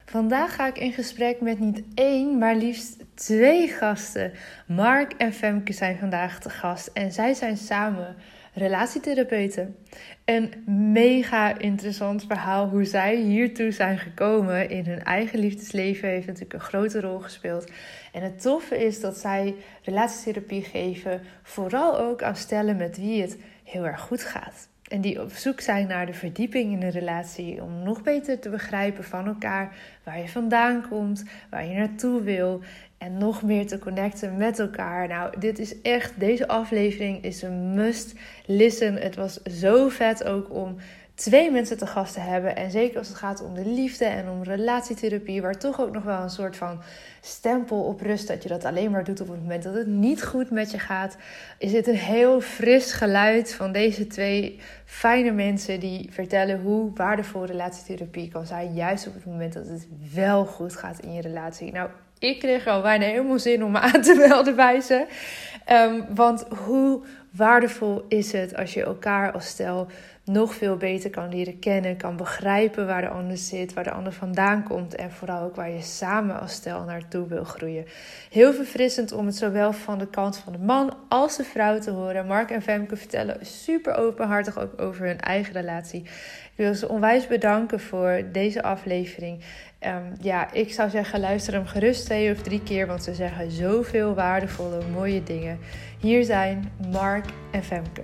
Vandaag ga ik in gesprek met niet één, maar liefst 2 gasten. Mark en Femke zijn vandaag te gast en zij zijn samen relatietherapeuten. Een mega interessant verhaal hoe zij hiertoe zijn gekomen in hun eigen liefdesleven heeft natuurlijk een grote rol gespeeld. En het toffe is dat zij relatietherapie geven, vooral ook aan stellen met wie het heel erg goed gaat. En die op zoek zijn naar de verdieping in een relatie om nog beter te begrijpen van elkaar waar je vandaan komt, waar je naartoe wil en nog meer te connecten met elkaar. Nou, deze aflevering is een must listen. Het was zo vet ook om 2 mensen te gast te hebben. En zeker als het gaat om de liefde en om relatietherapie, waar toch ook nog wel een soort van stempel op rust dat je dat alleen maar doet op het moment dat het niet goed met je gaat, is dit een heel fris geluid van deze 2 fijne mensen die vertellen hoe waardevol relatietherapie kan zijn, juist op het moment dat het wel goed gaat in je relatie. Nou, ik kreeg al bijna helemaal zin om me aan te melden bij ze. Want hoe waardevol is het als je elkaar als stel nog veel beter kan leren kennen, kan begrijpen waar de ander zit, waar de ander vandaan komt en vooral ook waar je samen als stel naartoe wil groeien. Heel verfrissend om het zowel van de kant van de man als de vrouw te horen. Mark en Femke vertellen super openhartig ook over hun eigen relatie. Ik wil ze onwijs bedanken voor deze aflevering. Ik zou zeggen, luister hem gerust 2 of 3 keer, want ze zeggen zoveel waardevolle, mooie dingen. Hier zijn Mark en Femke.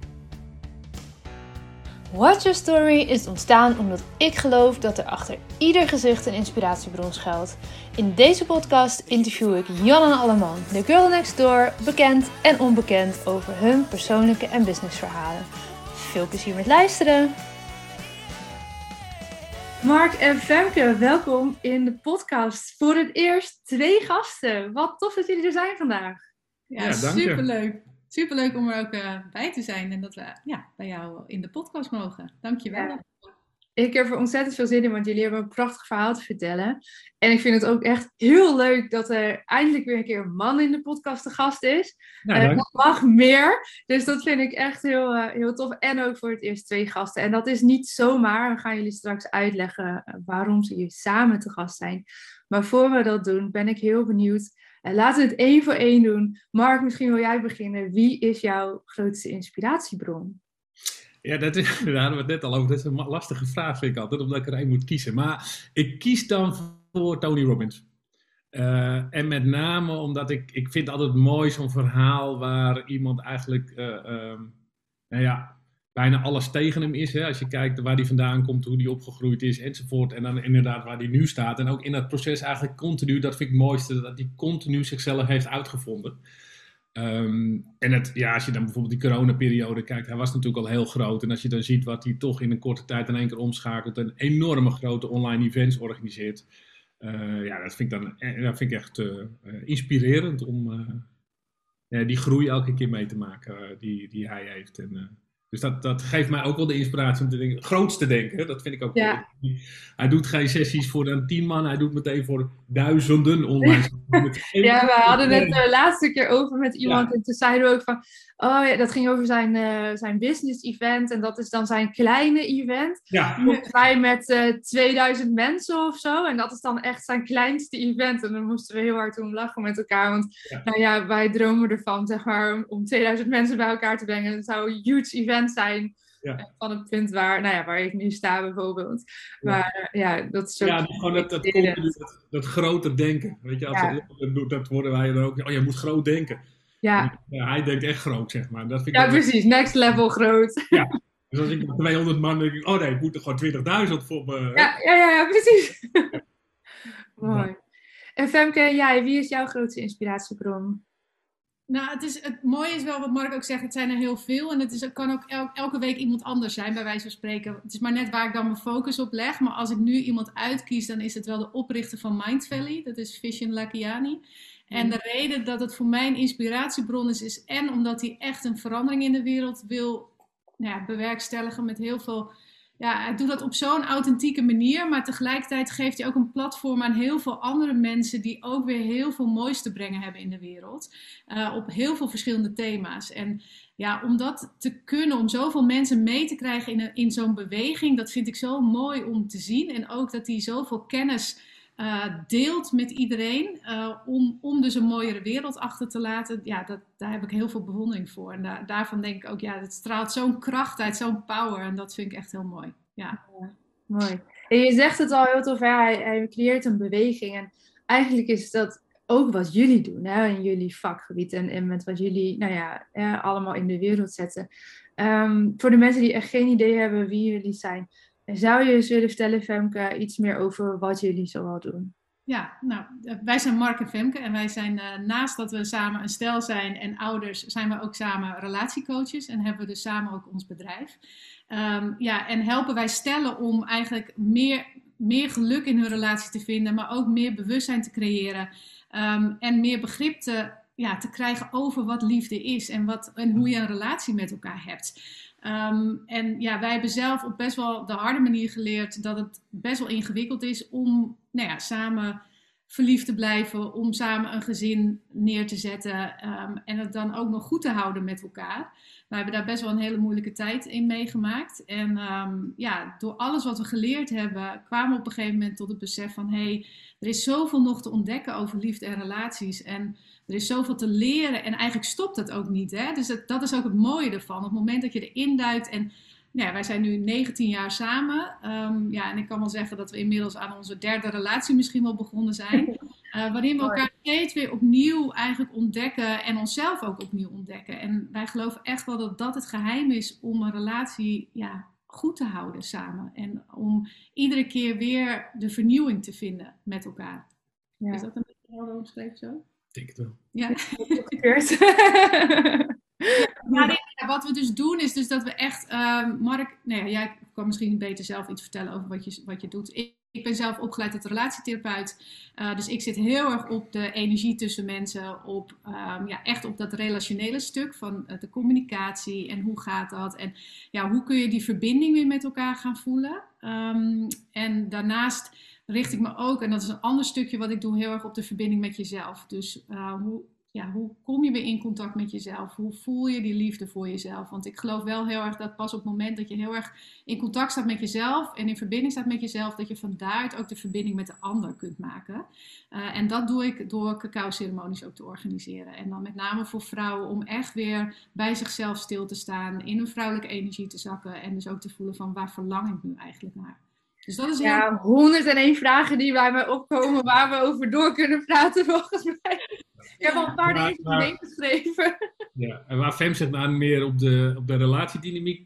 Watch Your Story is ontstaan omdat ik geloof dat er achter ieder gezicht een inspiratiebron schuilt. In deze podcast interview ik Jan en Alleman, de girl next door, bekend en onbekend over hun persoonlijke en businessverhalen. Veel plezier met luisteren! Mark en Femke, welkom in de podcast. Voor het eerst 2 gasten. Wat tof dat jullie er zijn vandaag. Ja, superleuk. Superleuk om er ook bij te zijn en dat we bij jou in de podcast mogen. Dankjewel. Ja. Ik heb er ontzettend veel zin in, want jullie hebben een prachtig verhaal te vertellen. En ik vind het ook echt heel leuk dat er eindelijk weer een keer een man in de podcast te gast is. Dat mag meer, dus dat vind ik echt heel tof. En ook voor het eerst 2 gasten. En dat is niet zomaar, we gaan jullie straks uitleggen waarom ze hier samen te gast zijn. Maar voor we dat doen, ben ik heel benieuwd. Laten we het 1 voor 1 doen. Mark, misschien wil jij beginnen. Wie is jouw grootste inspiratiebron? Ja, daar hadden we het net al over. Dat is een lastige vraag, vind ik altijd, omdat ik er 1 moet kiezen. Maar ik kies dan voor Tony Robbins. En met name omdat ik vind altijd mooi zo'n verhaal waar iemand eigenlijk bijna alles tegen hem is. Hè? Als je kijkt waar hij vandaan komt, hoe hij opgegroeid is enzovoort. En dan inderdaad waar hij nu staat. En ook in dat proces eigenlijk continu, dat vind ik het mooiste, dat hij continu zichzelf heeft uitgevonden. Als je dan bijvoorbeeld die coronaperiode kijkt, hij was natuurlijk al heel groot. En als je dan ziet wat hij toch in een korte tijd in 1 keer omschakelt en enorme grote online events organiseert. Dat vind ik echt inspirerend om die groei elke keer mee te maken die hij heeft. Dus dat geeft mij ook wel de inspiratie om te denken, groots te denken. Dat vind ik ook. Ja. Hij doot geen sessies voor een 10 man, hij doet meteen voor duizenden online. Ja, we hadden het de laatste keer over met iemand. Ja. En toen zeiden we ook van, dat ging over zijn business event. En dat is dan zijn kleine event. Ja. Volgens mij met 2000 mensen of zo. En dat is dan echt zijn kleinste event. En dan moesten we heel hard om lachen met elkaar. Want wij dromen ervan, zeg maar, om 2000 mensen bij elkaar te brengen. Het zou een huge event zijn. Ja. Van het punt waar ik nu sta bijvoorbeeld. Maar dat is zo. Ja, gewoon dat groter denken. Weet je, als dat worden wij dan ook. Je moet groot denken. Ja. Hij denkt echt groot, zeg maar. Dat vind ik precies. Next level groot. Ja. Dus als ik met 200 man denk, ik moet er gewoon 20.000 voor me. Ja, precies. Mooi. Ja. En Femke, wie is jouw grootste inspiratiebron? Nou, het mooie is wel wat Mark ook zegt, het zijn er heel veel. En het kan ook elke week iemand anders zijn, bij wijze van spreken. Het is maar net waar ik dan mijn focus op leg. Maar als ik nu iemand uitkies, dan is het wel de oprichter van Mind Valley. Dat is Vishen Lakhiani. En de reden dat het voor mij een inspiratiebron is en omdat hij echt een verandering in de wereld wil bewerkstelligen met heel veel ja, hij doet dat op zo'n authentieke manier, maar tegelijkertijd geeft hij ook een platform aan heel veel andere mensen die ook weer heel veel moois te brengen hebben in de wereld. Op heel veel verschillende thema's. En ja, om dat te kunnen, om zoveel mensen mee te krijgen in zo'n beweging, dat vind ik zo mooi om te zien. En ook dat hij zoveel kennis deelt met iedereen om dus een mooiere wereld achter te laten. Ja, daar heb ik heel veel bewondering voor. En daarvan denk ik ook, ja, het straalt zo'n kracht uit, zo'n power. En dat vind ik echt heel mooi. Ja. Mooi. En je zegt het al heel tof, hè? Hij creëert een beweging. En eigenlijk is dat ook wat jullie doen, hè? In jullie vakgebied en met wat jullie allemaal in de wereld zetten. Voor de mensen die echt geen idee hebben wie jullie zijn, zou je eens willen vertellen, Femke, iets meer over wat jullie zoal doen? Ja, nou, wij zijn Mark en Femke en wij zijn naast dat we samen een stel zijn en ouders, zijn we ook samen relatiecoaches en hebben we dus samen ook ons bedrijf. En helpen wij stellen om eigenlijk meer geluk in hun relatie te vinden, maar ook meer bewustzijn te creëren en meer begrip te krijgen over wat liefde is en hoe je een relatie met elkaar hebt. Wij hebben zelf op best wel de harde manier geleerd dat het best wel ingewikkeld is om samen verliefd te blijven, om samen een gezin neer te zetten en het dan ook nog goed te houden met elkaar. We hebben daar best wel een hele moeilijke tijd in meegemaakt. En door alles wat we geleerd hebben, kwamen we op een gegeven moment tot het besef van er is zoveel nog te ontdekken over liefde en relaties. En er is zoveel te leren en eigenlijk stopt het ook niet. Hè? Dus dat is ook het mooie ervan. Op het moment dat je erin duikt en wij zijn nu 19 jaar samen. En ik kan wel zeggen dat we inmiddels aan onze 3e relatie misschien wel begonnen zijn. Waarin we elkaar steeds weer opnieuw eigenlijk ontdekken en onszelf ook opnieuw ontdekken. En wij geloven echt wel dat dat het geheim is om een relatie goed te houden samen. En om iedere keer weer de vernieuwing te vinden met elkaar. Ja. Is dat een beetje helder omschreven zo? Ik denk het wel. Ja. Wat we dus doen is dus dat we echt... Mark, jij kan misschien beter zelf iets vertellen over wat je doet. Ik ben zelf opgeleid tot relatietherapeut. Dus ik zit heel erg op de energie tussen mensen. Echt op dat relationele stuk van de communicatie. En hoe gaat dat? En hoe kun je die verbinding weer met elkaar gaan voelen? En daarnaast richt ik me ook, en dat is een ander stukje wat ik doe, heel erg op de verbinding met jezelf. Dus hoe kom je weer in contact met jezelf? Hoe voel je die liefde voor jezelf? Want ik geloof wel heel erg dat pas op het moment dat je heel erg in contact staat met jezelf en in verbinding staat met jezelf, dat je van daaruit ook de verbinding met de ander kunt maken. En dat doe ik door cacao-ceremonies ook te organiseren. En dan met name voor vrouwen om echt weer bij zichzelf stil te staan, in hun vrouwelijke energie te zakken en dus ook te voelen van waar verlang ik nu eigenlijk naar? Dus dat is heel... 101 vragen die bij mij opkomen waar we over door kunnen praten volgens mij. Ik heb al een paar dingen meegeschreven. Ja, en waar Fem zich nou meer op de relatiedynamiek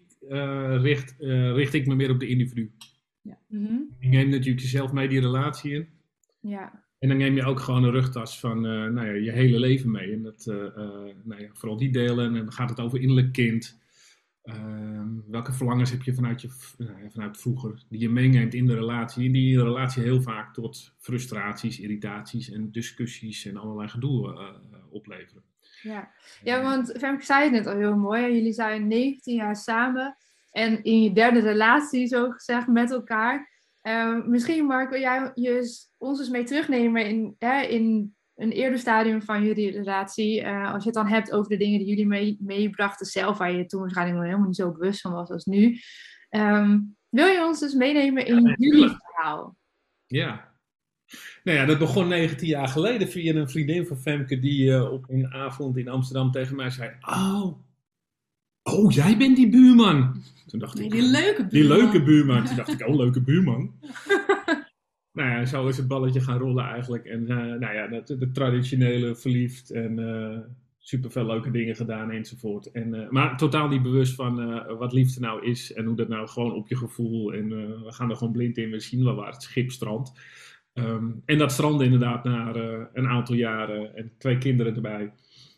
richt ik me meer op de individu. Ja. Je neemt natuurlijk jezelf mee die relatie in. Ja. En dan neem je ook gewoon een rugtas van je hele leven mee. En dat, vooral die delen. En dan gaat het over innerlijk kind. Welke verlangens heb je vanuit vroeger die je meeneemt in de relatie en die in de relatie heel vaak tot frustraties, irritaties en discussies en allerlei gedoe opleveren. Ja, want Femke zei het net al heel mooi. Jullie zijn 19 jaar samen en in je 3e relatie zo gezegd met elkaar. Misschien Mark, wil jij ons eens mee terugnemen in een eerder stadium van jullie relatie, als je het dan hebt over de dingen die jullie meebrachten zelf, waar je toen waarschijnlijk nog helemaal niet zo bewust van was als nu. Wil je ons dus meenemen in jullie verhaal? Ja. Dat begon 19 jaar geleden via een vriendin van Femke die op een avond in Amsterdam tegen mij zei, oh, jij bent die buurman. Toen dacht ik, die leuke buurman. Toen dacht ik, leuke buurman. Zo is het balletje gaan rollen eigenlijk. En de traditionele verliefd en superveel leuke dingen gedaan enzovoort. Maar totaal niet bewust van wat liefde nou is en hoe dat nou gewoon op je gevoel. En we gaan er gewoon blind in, we zien wel waar het schip strandt. En dat strandde inderdaad na een aantal jaren en 2 kinderen erbij.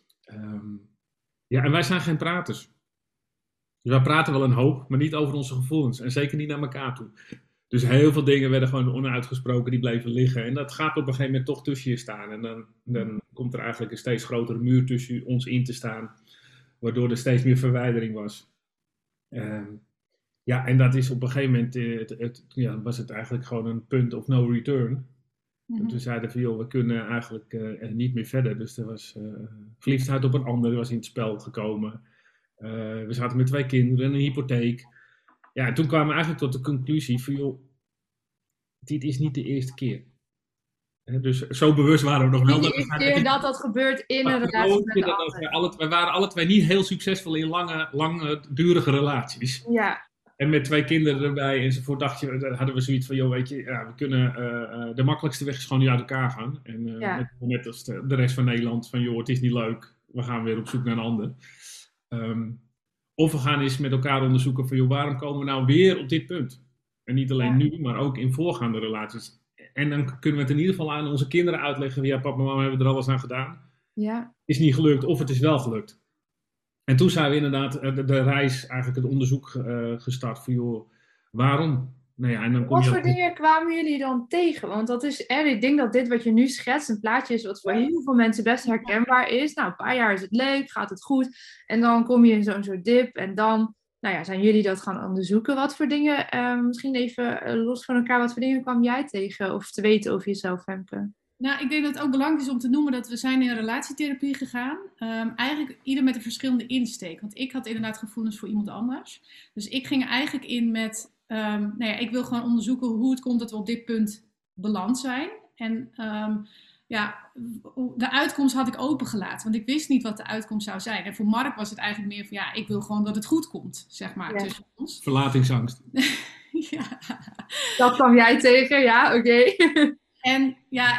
En wij zijn geen praters. Dus wij praten wel een hoop, maar niet over onze gevoelens. En zeker niet naar elkaar toe. Dus heel veel dingen werden gewoon onuitgesproken, die bleven liggen. En dat gaat op een gegeven moment toch tussen je staan. En dan komt er eigenlijk een steeds grotere muur tussen ons in te staan. Waardoor er steeds meer verwijdering was. Ja, en dat is op een gegeven moment, was het eigenlijk gewoon een punt of no return. En toen zeiden van, joh, we kunnen eigenlijk niet meer verder. Dus er was verliefdheid op een ander, was in het spel gekomen. We zaten met 2 kinderen, een hypotheek. Ja, en toen kwamen we eigenlijk tot de conclusie van, joh, dit is niet de eerste keer. Dus zo bewust waren we nog wel. Niet de eerste keer dat gebeurt in een relatie met de ander. We waren alle twee niet heel succesvol in lange durige relaties. Ja. En met 2 kinderen erbij enzovoort hadden we zoiets van, joh, weet je, ja, we kunnen, de makkelijkste weg is gewoon nu uit elkaar gaan. En net als de rest van Nederland, van joh, het is niet leuk, we gaan weer op zoek naar een ander. Of we gaan eens met elkaar onderzoeken van, joh, waarom komen we nou weer op dit punt? En niet alleen nu, maar ook in voorgaande relaties. En dan kunnen we het in ieder geval aan onze kinderen uitleggen, ja, papa en mama hebben er alles aan gedaan. Ja. Is niet gelukt, of het is wel gelukt. En toen zijn we inderdaad de reis, eigenlijk het onderzoek gestart van, joh, waarom? Nou ja, en dan wat voor dingen kwamen jullie dan tegen? Want dat is, ik denk dat dit wat je nu schetst een plaatje is wat voor heel veel mensen best herkenbaar is. Nou, een paar jaar is het leuk, gaat het goed. En dan kom je in zo'n soort dip en dan zijn jullie dat gaan onderzoeken. Wat voor dingen, misschien even los van elkaar, wat voor dingen kwam jij tegen of te weten over jezelf, Femke? Nou, ik denk dat het ook belangrijk is om te noemen dat we zijn in relatietherapie gegaan. Eigenlijk ieder met een verschillende insteek. Want ik had inderdaad gevoelens voor iemand anders. Dus ik ging eigenlijk in met, ik wil gewoon onderzoeken hoe het komt dat we op dit punt beland zijn. En de uitkomst had ik opengelaten. Want ik wist niet wat de uitkomst zou zijn. En voor Mark was het eigenlijk meer van, ik wil gewoon dat het goed komt, zeg maar, tussen ons. Verlatingsangst. Ja. Dat kwam jij tegen, ja, oké. En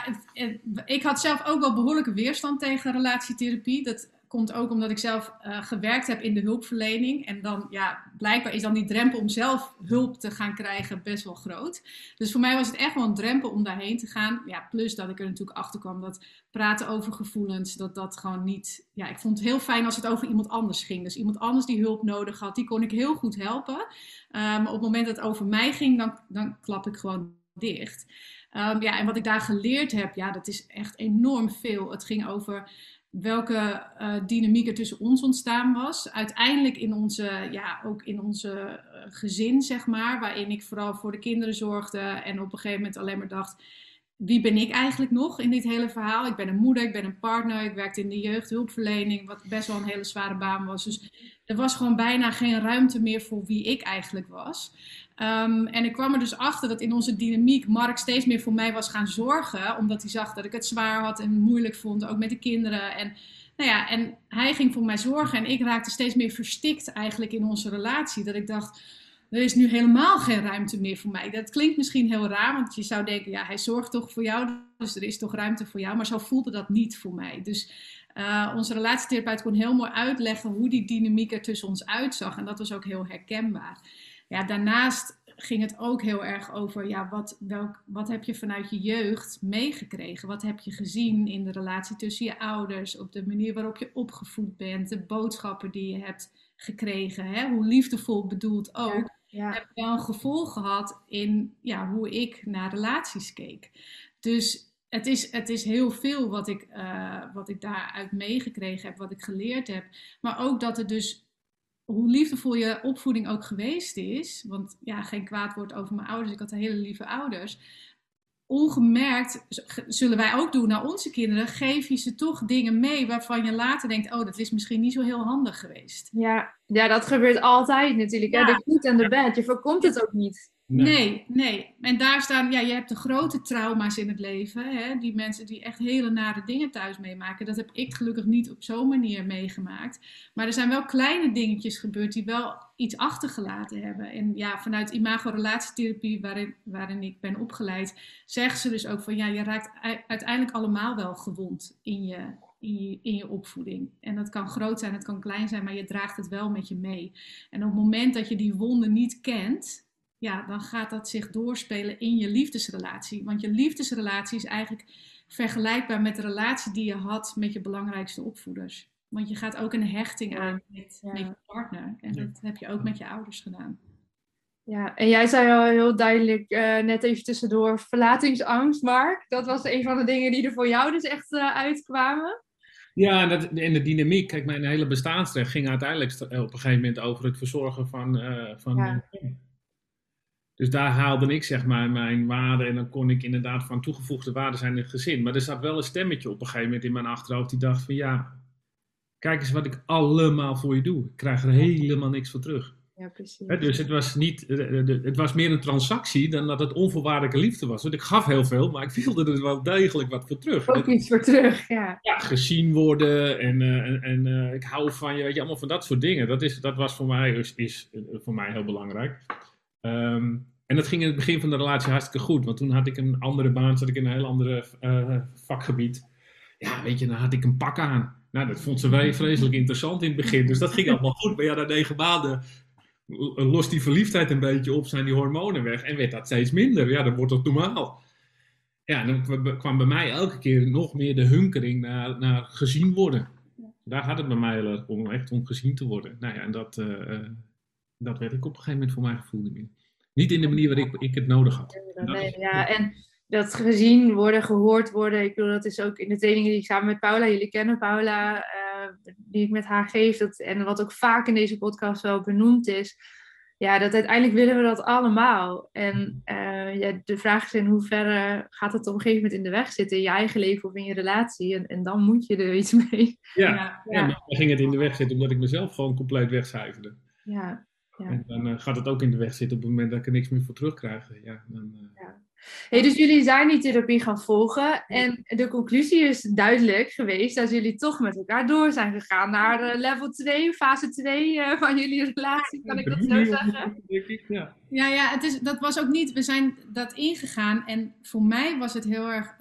ik had zelf ook wel behoorlijke weerstand tegen relatietherapie. Dat komt ook omdat ik zelf gewerkt heb in de hulpverlening. En dan, blijkbaar is dan die drempel om zelf hulp te gaan krijgen best wel groot. Dus voor mij was het echt wel een drempel om daarheen te gaan. Ja, plus dat ik er natuurlijk achter kwam dat praten over gevoelens, dat gewoon niet... Ja, ik vond het heel fijn als het over iemand anders ging. Dus iemand anders die hulp nodig had, die kon ik heel goed helpen. Maar op het moment dat het over mij ging, dan klap ik gewoon dicht. En wat ik daar geleerd heb, dat is echt enorm veel. Het ging over welke dynamiek er tussen ons ontstaan was. Uiteindelijk ook in onze gezin, zeg maar, waarin ik vooral voor de kinderen zorgde en op een gegeven moment alleen maar dacht, wie ben ik eigenlijk nog in dit hele verhaal? Ik ben een moeder, ik ben een partner, ik werkte in de jeugdhulpverlening, wat best wel een hele zware baan was. Dus er was gewoon bijna geen ruimte meer voor wie ik eigenlijk was. En ik kwam er dus achter dat in onze dynamiek Mark steeds meer voor mij was gaan zorgen, omdat hij zag dat ik het zwaar had en moeilijk vond, ook met de kinderen. En hij ging voor mij zorgen en ik raakte steeds meer verstikt eigenlijk in onze relatie. Dat ik dacht, er is nu helemaal geen ruimte meer voor mij. Dat klinkt misschien heel raar, want je zou denken, hij zorgt toch voor jou, dus er is toch ruimte voor jou. Maar zo voelde dat niet voor mij. Dus onze relatietherapeut kon heel mooi uitleggen hoe die dynamiek er tussen ons uitzag. En dat was ook heel herkenbaar. Ja, daarnaast ging het ook heel erg over, wat heb je vanuit je jeugd meegekregen? Wat heb je gezien in de relatie tussen je ouders, op de manier waarop je opgevoed bent, de boodschappen die je hebt gekregen, hè? Hoe liefdevol bedoeld ook, heb wel een gevolg gehad in hoe ik naar relaties keek. Dus het is heel veel wat ik daaruit meegekregen heb, wat ik geleerd heb. Maar ook dat het dus, hoe liefdevol je opvoeding ook geweest is, want geen kwaad woord over mijn ouders, ik had hele lieve ouders. Ongemerkt zullen wij ook doen naar onze kinderen, geef je ze toch dingen mee waarvan je later denkt, dat is misschien niet zo heel handig geweest. Ja, dat gebeurt altijd natuurlijk. Ja. De goed en de bad, je voorkomt het ook niet. Nee. En daar staan, je hebt de grote trauma's in het leven. Hè? Die mensen die echt hele nare dingen thuis meemaken. Dat heb ik gelukkig niet op zo'n manier meegemaakt. Maar er zijn wel kleine dingetjes gebeurd die wel iets achtergelaten hebben. En vanuit imago-relatietherapie, waarin ik ben opgeleid, zeggen ze dus ook van, je raakt uiteindelijk allemaal wel gewond in je opvoeding. En dat kan groot zijn, het kan klein zijn, maar je draagt het wel met je mee. En op het moment dat je die wonden niet kent, dan gaat dat zich doorspelen in je liefdesrelatie. Want je liefdesrelatie is eigenlijk vergelijkbaar met de relatie die je had met je belangrijkste opvoeders. Want je gaat ook een hechting aan met je partner. En dat heb je ook met je ouders gedaan. Ja, en jij zei al heel duidelijk, net even tussendoor, verlatingsangst, Mark. Dat was een van de dingen die er voor jou dus echt uitkwamen. Ja, en de dynamiek. Kijk, mijn hele bestaansrecht ging uiteindelijk op een gegeven moment over het verzorgen van. Ja, Dus daar haalde ik zeg maar mijn waarde en dan kon ik inderdaad van toegevoegde waarde zijn in het gezin. Maar er zat wel een stemmetje op een gegeven moment in mijn achterhoofd die dacht van ja, kijk eens wat ik allemaal voor je doe. Ik krijg er helemaal niks voor terug. ja, precies. Dus het was niet, het was meer een transactie dan dat het onvoorwaardelijke liefde was. Want ik gaf heel veel, maar ik wilde er wel degelijk wat voor terug. Ook iets voor terug, ja. Ja, gezien worden en ik hou van je, weet je, allemaal van dat soort dingen. Dat was voor mij, is voor mij heel belangrijk. En dat ging in het begin van de relatie hartstikke goed, want toen had ik een andere baan, zat ik in een heel andere vakgebied. Ja, weet je, dan had ik een pak aan. Nou, dat vond ze vreselijk interessant in het begin, dus dat ging allemaal goed. Maar ja, na 9 maanden lost die verliefdheid een beetje op, zijn die hormonen weg en werd dat steeds minder. Ja, dan wordt het normaal. Ja, dan kwam bij mij elke keer nog meer de hunkering naar gezien worden. Daar gaat het bij mij heel erg om, echt om gezien te worden. Nou ja, en dat werd ik op een gegeven moment voor mijn gevoel niet meer. Niet in de manier waarin ik het nodig had. Nee, ja, en dat gezien worden, gehoord worden. Ik bedoel, dat is ook in de trainingen die ik samen met Paula, jullie kennen Paula, die ik met haar geef. En wat ook vaak in deze podcast wel benoemd is. Ja, dat uiteindelijk willen we dat allemaal. En de vraag is in hoeverre gaat het op een gegeven moment in de weg zitten. In je eigen leven of in je relatie. En dan moet je er iets mee. Ja, maar dan ging het in de weg zitten omdat ik mezelf gewoon compleet wegcijferde. Ja. En dan gaat het ook in de weg zitten op het moment dat ik er niks meer voor terugkrijg. Ja, Hey, dus jullie zijn die therapie gaan volgen en de conclusie is duidelijk geweest dat jullie toch met elkaar door zijn gegaan naar level 2, fase 2 van jullie relatie, kan ik dat zo zeggen? Ja, dat was ook niet, we zijn dat ingegaan en voor mij was het heel erg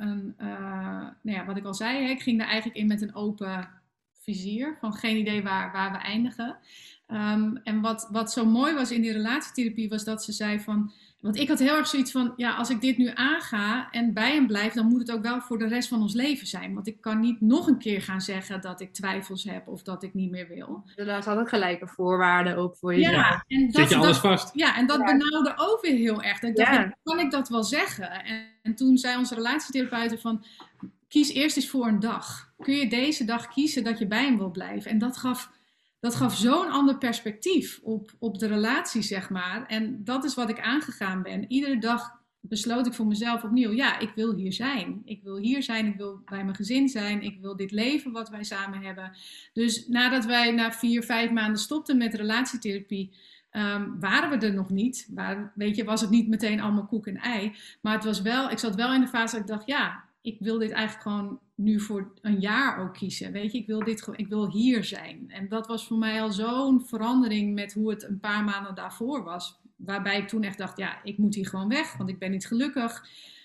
wat ik al zei, ik ging er eigenlijk in met een open vizier, van geen idee waar we eindigen. En wat zo mooi was in die relatietherapie was dat ze zei van, want ik had heel erg zoiets van, ja, als ik dit nu aanga en bij hem blijf, dan moet het ook wel voor de rest van ons leven zijn. Want ik kan niet nog een keer gaan zeggen dat ik twijfels heb of dat ik niet meer wil. Daar hadden gelijke voorwaarden ook voor jezelf. Ja, en zet je alles vast. Ja, en dat benauwde ook weer heel erg. Ik dacht, kan ik dat wel zeggen? En toen zei onze relatietherapeute van, kies eerst eens voor een dag. Kun je deze dag kiezen dat je bij hem wil blijven? En dat gaf zo'n ander perspectief op de relatie, zeg maar. En dat is wat ik aangegaan ben. Iedere dag besloot ik voor mezelf opnieuw, ja, ik wil hier zijn. Ik wil hier zijn, ik wil bij mijn gezin zijn. Ik wil dit leven wat wij samen hebben. Dus nadat wij na 4-5 maanden stopten met relatietherapie, waren we er nog niet. Was het niet meteen allemaal koek en ei. Maar het was wel, ik zat wel in de fase dat ik dacht, ja, ik wil dit eigenlijk gewoon nu voor een jaar ook kiezen. Weet je, ik wil hier zijn. En dat was voor mij al zo'n verandering met hoe het een paar maanden daarvoor was. Waarbij ik toen echt dacht, ja, ik moet hier gewoon weg, want ik ben niet gelukkig.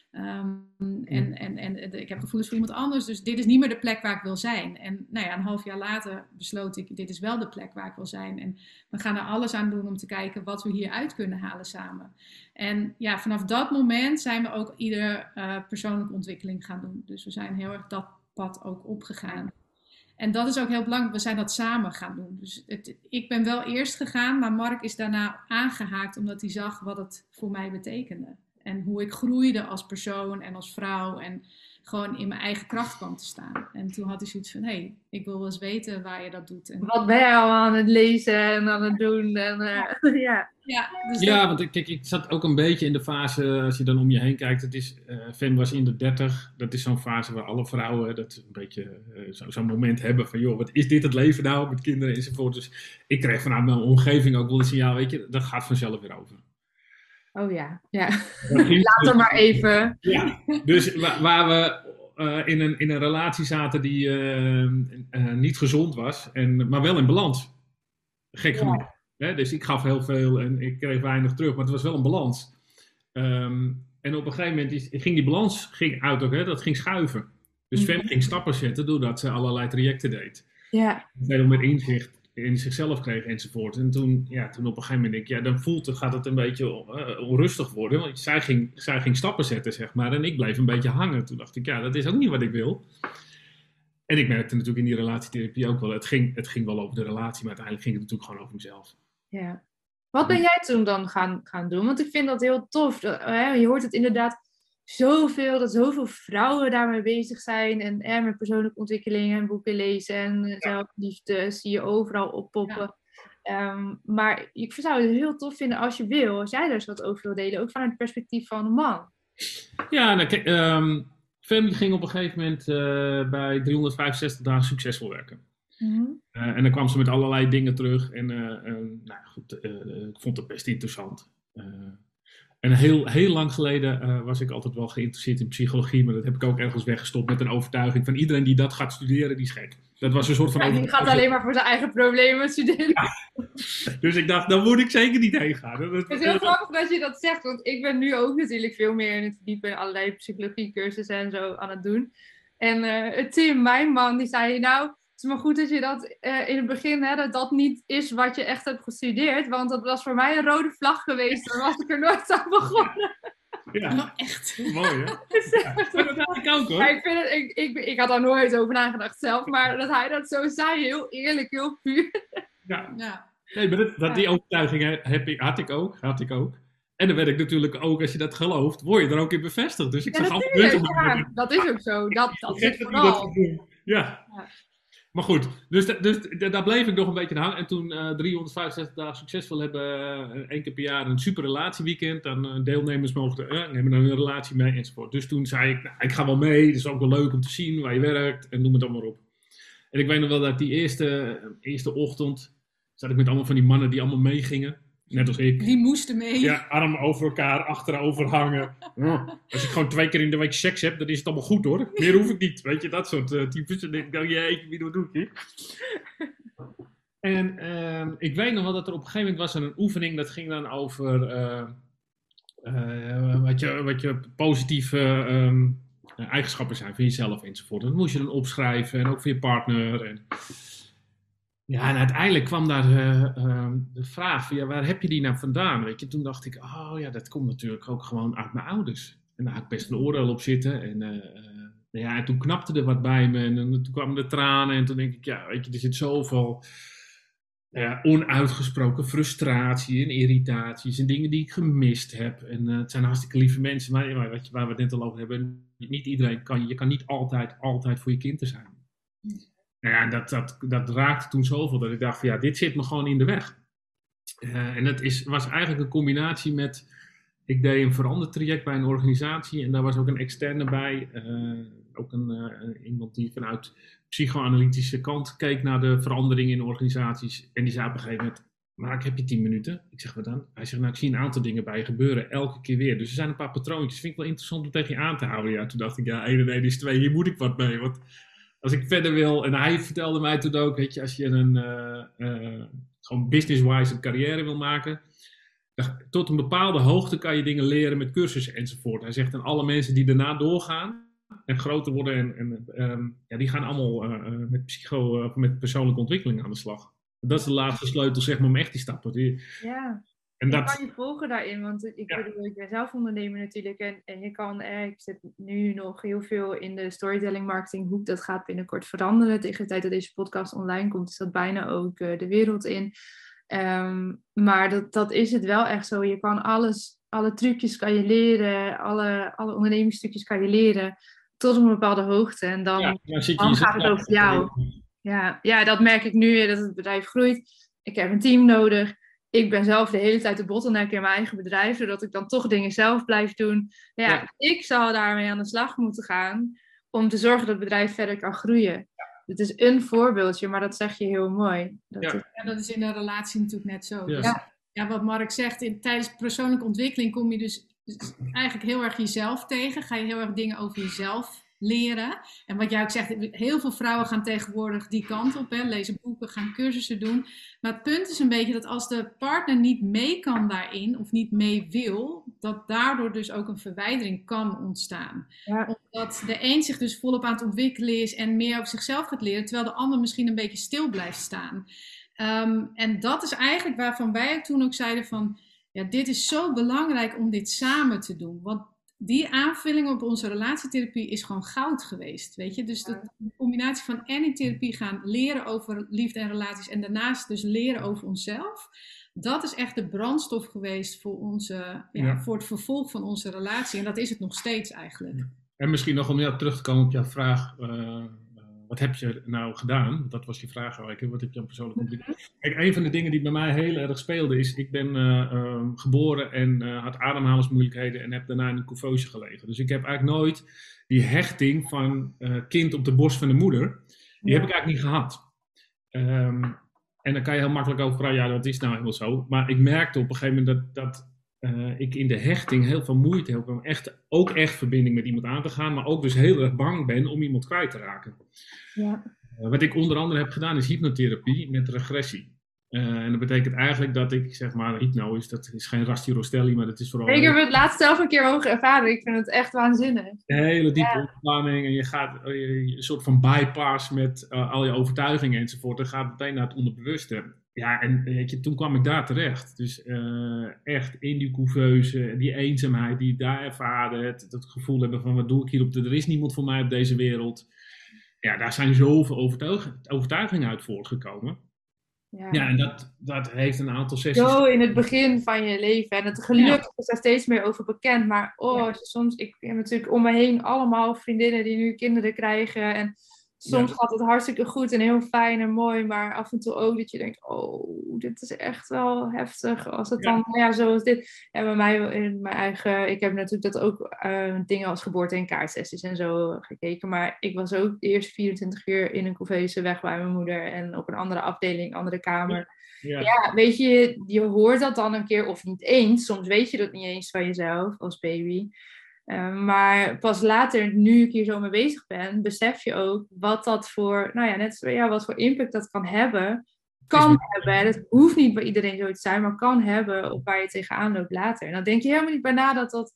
En ik heb gevoelens voor iemand anders. Dus dit is niet meer de plek waar ik wil zijn. En nou ja, een half jaar later besloot ik, dit is wel de plek waar ik wil zijn. En we gaan er alles aan doen om te kijken wat we hieruit kunnen halen samen. En ja, vanaf dat moment zijn we ook ieder persoonlijke ontwikkeling gaan doen. Dus we zijn heel erg dat pad ook opgegaan. En dat is ook heel belangrijk, we zijn dat samen gaan doen. Dus ik ben wel eerst gegaan, maar Mark is daarna aangehaakt omdat hij zag wat het voor mij betekende. En hoe ik groeide als persoon en als vrouw en gewoon in mijn eigen kracht kwam te staan. En toen had hij zoiets van, hey, ik wil wel eens weten waar je dat doet. En wat ben je al aan het lezen en aan het doen? En, want ik zat ook een beetje in de fase, als je dan om je heen kijkt, Fem was in de 30, dat is zo'n fase waar alle vrouwen dat een beetje zo'n moment hebben van, joh, wat is dit het leven nou, met kinderen enzovoort. Dus ik kreeg vanuit mijn omgeving ook wel een signaal, weet je, dat gaat vanzelf weer over. Oh ja. Laat er maar even. Ja, dus waar we in een relatie zaten die niet gezond was, maar wel in balans. Gek genoeg. Ja. Dus ik gaf heel veel en ik kreeg weinig terug, maar het was wel een balans. En op een gegeven moment ging die balans uit ook, dat ging schuiven. Dus Fem ging stappen zetten doordat ze allerlei trajecten deed. Ja. Veel meer inzicht in zichzelf kreeg enzovoort. En toen op een gegeven moment denk ik, dan gaat het een beetje onrustig worden. Want zij ging stappen zetten, zeg maar. En ik bleef een beetje hangen. Toen dacht ik, ja, dat is ook niet wat ik wil. En ik merkte natuurlijk in die relatietherapie ook wel, het ging wel over de relatie, maar uiteindelijk ging het natuurlijk gewoon over mezelf. Ja. Wat ben jij toen dan gaan doen? Want ik vind dat heel tof. Je hoort het inderdaad dat zoveel vrouwen daarmee bezig zijn. En met persoonlijke ontwikkeling en boeken lezen en zelfliefde zie je overal oppoppen. Maar ik zou het heel tof vinden als jij daar eens wat over wil delen. Ook vanuit het perspectief van een man. Ja, nou, kijk, Family ging op een gegeven moment bij 365 dagen succesvol werken. En dan kwam ze met allerlei dingen terug. En ik vond het best interessant. En heel lang geleden was ik altijd wel geïnteresseerd in psychologie. Maar dat heb ik ook ergens weggestopt met een overtuiging van iedereen die dat gaat studeren, die is gek. Dat was een soort van overtuiging. Die gaat alleen maar voor zijn eigen problemen studeren. Ja. Dus ik dacht, dan moet ik zeker niet heen gaan. Het is heel grappig dat je dat zegt. Want ik ben nu ook natuurlijk veel meer in het verdiepen in allerlei psychologiecursussen en zo aan het doen. En Tim, mijn man, die zei, nou, het is maar goed dat je dat in het begin, dat niet is wat je echt hebt gestudeerd. Want dat was voor mij een rode vlag geweest. Dan was ik er nooit aan begonnen. Ja, echt. Mooi, hè? Ja. Dat had ik ook, hoor. Ja, ik had daar nooit over nagedacht zelf. Maar dat hij dat zo zei, heel eerlijk, heel puur. Ja. Nee, maar die overtuiging had ik ook. En dan werd ik natuurlijk ook, als je dat gelooft, word je er ook in bevestigd. Dus ik zag altijd dat is ook zo. Dat is vooral. Ja. Maar goed, dus daar bleef ik nog een beetje aan hangen. En toen 365 dagen succesvol hebben, 1 keer per jaar een super relatieweekend. Dan deelnemers nemen dan een relatie mee enzovoort. Dus toen zei ik, nou, ik ga wel mee. Het is ook wel leuk om te zien waar je werkt en noem het allemaal op. En ik weet nog wel dat die eerste ochtend zat ik met allemaal van die mannen die allemaal meegingen. Net als ik. Die moesten mee. Ja, armen over elkaar, achterover hangen. Als ik gewoon 2 keer in de week seks heb, dan is het allemaal goed, hoor. Meer hoef ik niet. Weet je, dat soort types. En dan denk ik, jeetje, wie doet dit? En ik weet nog wel dat er op een gegeven moment was een oefening. Dat ging dan over wat je positieve eigenschappen zijn van jezelf enzovoort. Dat moest je dan opschrijven en ook voor je partner. Ja, en uiteindelijk kwam daar de vraag van, ja, waar heb je die nou vandaan? Weet je, toen dacht ik, oh ja, dat komt natuurlijk ook gewoon uit mijn ouders. En daar had ik best een oordeel op zitten. En toen knapte er wat bij me en toen kwamen de tranen. En toen denk ik, ja, weet je, er zit zoveel onuitgesproken frustratie en irritaties en dingen die ik gemist heb. En het zijn hartstikke lieve mensen, maar waar we het net al over hebben, niet iedereen je kan niet altijd voor je kind er zijn. Nou ja, dat raakte toen zoveel dat ik dacht van, ja, dit zit me gewoon in de weg. En het was eigenlijk een combinatie met, ik deed een verandertraject bij een organisatie en daar was ook een externe bij. Ook iemand die vanuit psychoanalytische kant keek naar de veranderingen in organisaties. En die zei op een gegeven moment, Mark, heb je 10 minuten? Ik zeg, wat dan? Hij zegt, nou, ik zie een aantal dingen bij je gebeuren, elke keer weer. Dus er zijn een paar patroontjes, vind ik wel interessant om tegen je aan te houden. Ja, toen dacht ik, ja, 1 en 1 is 2, hier moet ik wat mee. Want als ik verder wil, en hij vertelde mij toen ook, weet je, als je gewoon business-wise een carrière wil maken, tot een bepaalde hoogte kan je dingen leren met cursussen enzovoort. Hij zegt, en alle mensen die daarna doorgaan en groter worden, die gaan allemaal met persoonlijke ontwikkeling aan de slag. Dat is de laatste sleutel, zeg maar, om echt die stappen. Ja. En ik kan je volgen daarin, want ik ben zelf ondernemer natuurlijk en ik zit nu nog heel veel in de storytelling marketing hoek. Dat gaat binnenkort veranderen. Tegen de tijd dat deze podcast online komt, is dat bijna ook de wereld in. Maar dat is het wel echt zo. Je kan alle trucjes kan je leren, alle ondernemingsstukjes kan je leren tot een bepaalde hoogte. En dan gaat het over jou. Ja, dat merk ik nu, dat het bedrijf groeit. Ik heb een team nodig. Ik ben zelf de hele tijd de bottleneck in mijn eigen bedrijf, zodat ik dan toch dingen zelf blijf doen. Ja. Ik zal daarmee aan de slag moeten gaan om te zorgen dat het bedrijf verder kan groeien. Het is een voorbeeldje, maar dat zeg je heel mooi. Dat is in een relatie natuurlijk net zo. Ja. Dus, wat Mark zegt, tijdens persoonlijke ontwikkeling kom je dus eigenlijk heel erg jezelf tegen. Ga je heel erg dingen over jezelf leren. En wat jij ook zegt, heel veel vrouwen gaan tegenwoordig die kant op. Lezen boeken, gaan cursussen doen. Maar het punt is een beetje dat als de partner niet mee kan daarin, of niet mee wil, dat daardoor dus ook een verwijdering kan ontstaan. Ja. Omdat de een zich dus volop aan het ontwikkelen is en meer over zichzelf gaat leren, terwijl de ander misschien een beetje stil blijft staan. En dat is eigenlijk waarvan wij toen ook zeiden van, ja, dit is zo belangrijk om dit samen te doen. Want die aanvulling op onze relatietherapie is gewoon goud geweest, weet je. Dus de combinatie van en in therapie gaan leren over liefde en relaties en daarnaast dus leren over onszelf. Dat is echt de brandstof geweest voor voor het vervolg van onze relatie. En dat is het nog steeds eigenlijk. En misschien nog om terug te komen op jouw vraag. Wat heb je nou gedaan? Dat was je vraag eigenlijk. Wat heb je dan persoonlijk ontwikkeld? Kijk, een van de dingen die bij mij heel erg speelde is... Ik ben geboren en had ademhalingsmoeilijkheden en heb daarna in een couveuse gelegen. Dus ik heb eigenlijk nooit die hechting van kind op de borst van de moeder... Die heb ik eigenlijk niet gehad. En dan kan je heel makkelijk over praten, ja, dat is nou helemaal zo. Maar ik merkte op een gegeven moment dat ik in de hechting heel veel moeite heb om ook echt verbinding met iemand aan te gaan, maar ook dus heel erg bang ben om iemand kwijt te raken. Ja. Wat ik onder andere heb gedaan is hypnotherapie met regressie. En dat betekent eigenlijk dat ik, zeg maar, dat is geen Rasti Rostelli, maar dat is vooral... Ik heb het laatst zelf een keer mogen ervaren. Ik vind het echt waanzinnig. Een hele diepe ontspanning en je gaat een soort van bypass met al je overtuigingen enzovoort. Dan gaat het meteen naar het onderbewuste. Ja, en weet je, toen kwam ik daar terecht. Dus echt in die couveuse, die eenzaamheid die ik daar ervaarde. Het gevoel hebben van, wat doe ik hier er is niemand voor mij op deze wereld. Ja, daar zijn zoveel overtuigingen uit voortgekomen. Ja, en dat heeft een aantal sessies... Zo in het begin van je leven. En het gelukkig is daar steeds meer over bekend. Maar soms, ik heb natuurlijk om me heen allemaal vriendinnen die nu kinderen krijgen. En soms gaat het hartstikke goed en heel fijn en mooi. Maar af en toe ook dat je denkt, oh, dit is echt wel heftig. Als het dan, zoals dit. En bij mij in mijn eigen, ik heb natuurlijk dat ook dingen als geboorte- en kaartsessies en zo gekeken. Maar ik was ook de eerste 24 uur in een couveuse weg bij mijn moeder. En op een andere afdeling, andere kamer. Ja, weet je, je hoort dat dan een keer of niet eens. Soms weet je dat niet eens van jezelf als baby. Maar pas later, nu ik hier zo mee bezig ben, besef je ook wat dat voor, wat voor impact dat kan hebben. En het hoeft niet bij iedereen zo te zijn, maar kan hebben op waar je tegenaan loopt later. En dan denk je helemaal niet bij na dat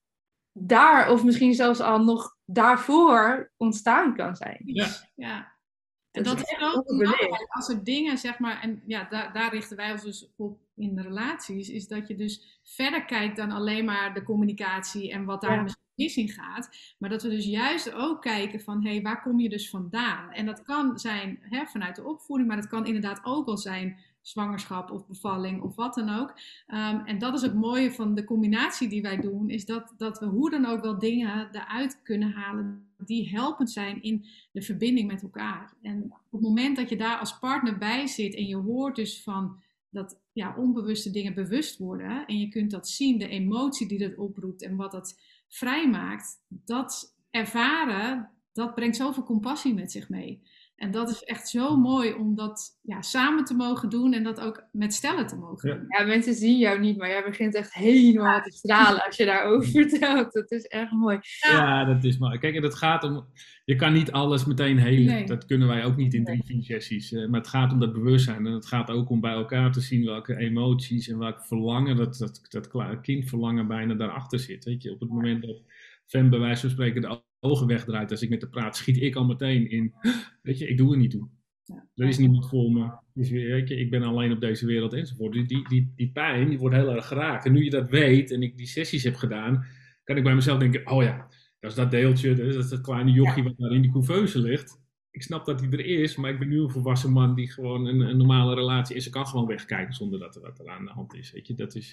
daar, of misschien zelfs al nog daarvoor ontstaan kan zijn. Ja. En dat is ook belangrijk als er dingen, zeg maar, en ja, daar richten wij ons dus op in de relaties, is dat je dus verder kijkt dan alleen maar de communicatie en wat daar misschien mis in gaat. Maar dat we dus juist ook kijken van, waar kom je dus vandaan? En dat kan zijn vanuit de opvoeding, maar dat kan inderdaad ook al zijn zwangerschap of bevalling of wat dan ook. En dat is het mooie van de combinatie die wij doen, is dat we hoe dan ook wel dingen eruit kunnen halen die helpend zijn in de verbinding met elkaar. En op het moment dat je daar als partner bij zit en je hoort dus van dat onbewuste dingen bewust worden en je kunt dat zien, de emotie die dat oproept en wat dat vrijmaakt, dat ervaren, dat brengt zoveel compassie met zich mee. En dat is echt zo mooi om dat samen te mogen doen en dat ook met stellen te mogen doen. Ja, mensen zien jou niet, maar jij begint echt helemaal te stralen als je daarover vertelt. Dat is echt mooi. Ja, dat is mooi. Kijk, het gaat om, je kan niet alles meteen helen. Nee. Dat kunnen wij ook niet in 3-4 sessies. Maar het gaat om dat bewustzijn. En het gaat ook om bij elkaar te zien welke emoties en welk verlangen, dat kindverlangen bijna daarachter zit. Weet je, op het moment dat Fem bij wijze van spreken de ogen wegdraait als ik met haar praat, schiet ik al meteen in, weet je, ik doe er niet toe. Er is niemand voor me. Dus, weet je, ik ben alleen op deze wereld enzovoort. Die pijn, die wordt heel erg geraakt. En nu je dat weet en ik die sessies heb gedaan, kan ik bij mezelf denken, oh ja, dat is dat deeltje, dat is dat kleine jochie wat daar in die couveuse ligt. Ik snap dat hij er is, maar ik ben nu een volwassen man die gewoon een normale relatie is. Ik kan gewoon wegkijken zonder dat er wat er aan de hand is. Weet je, dat is...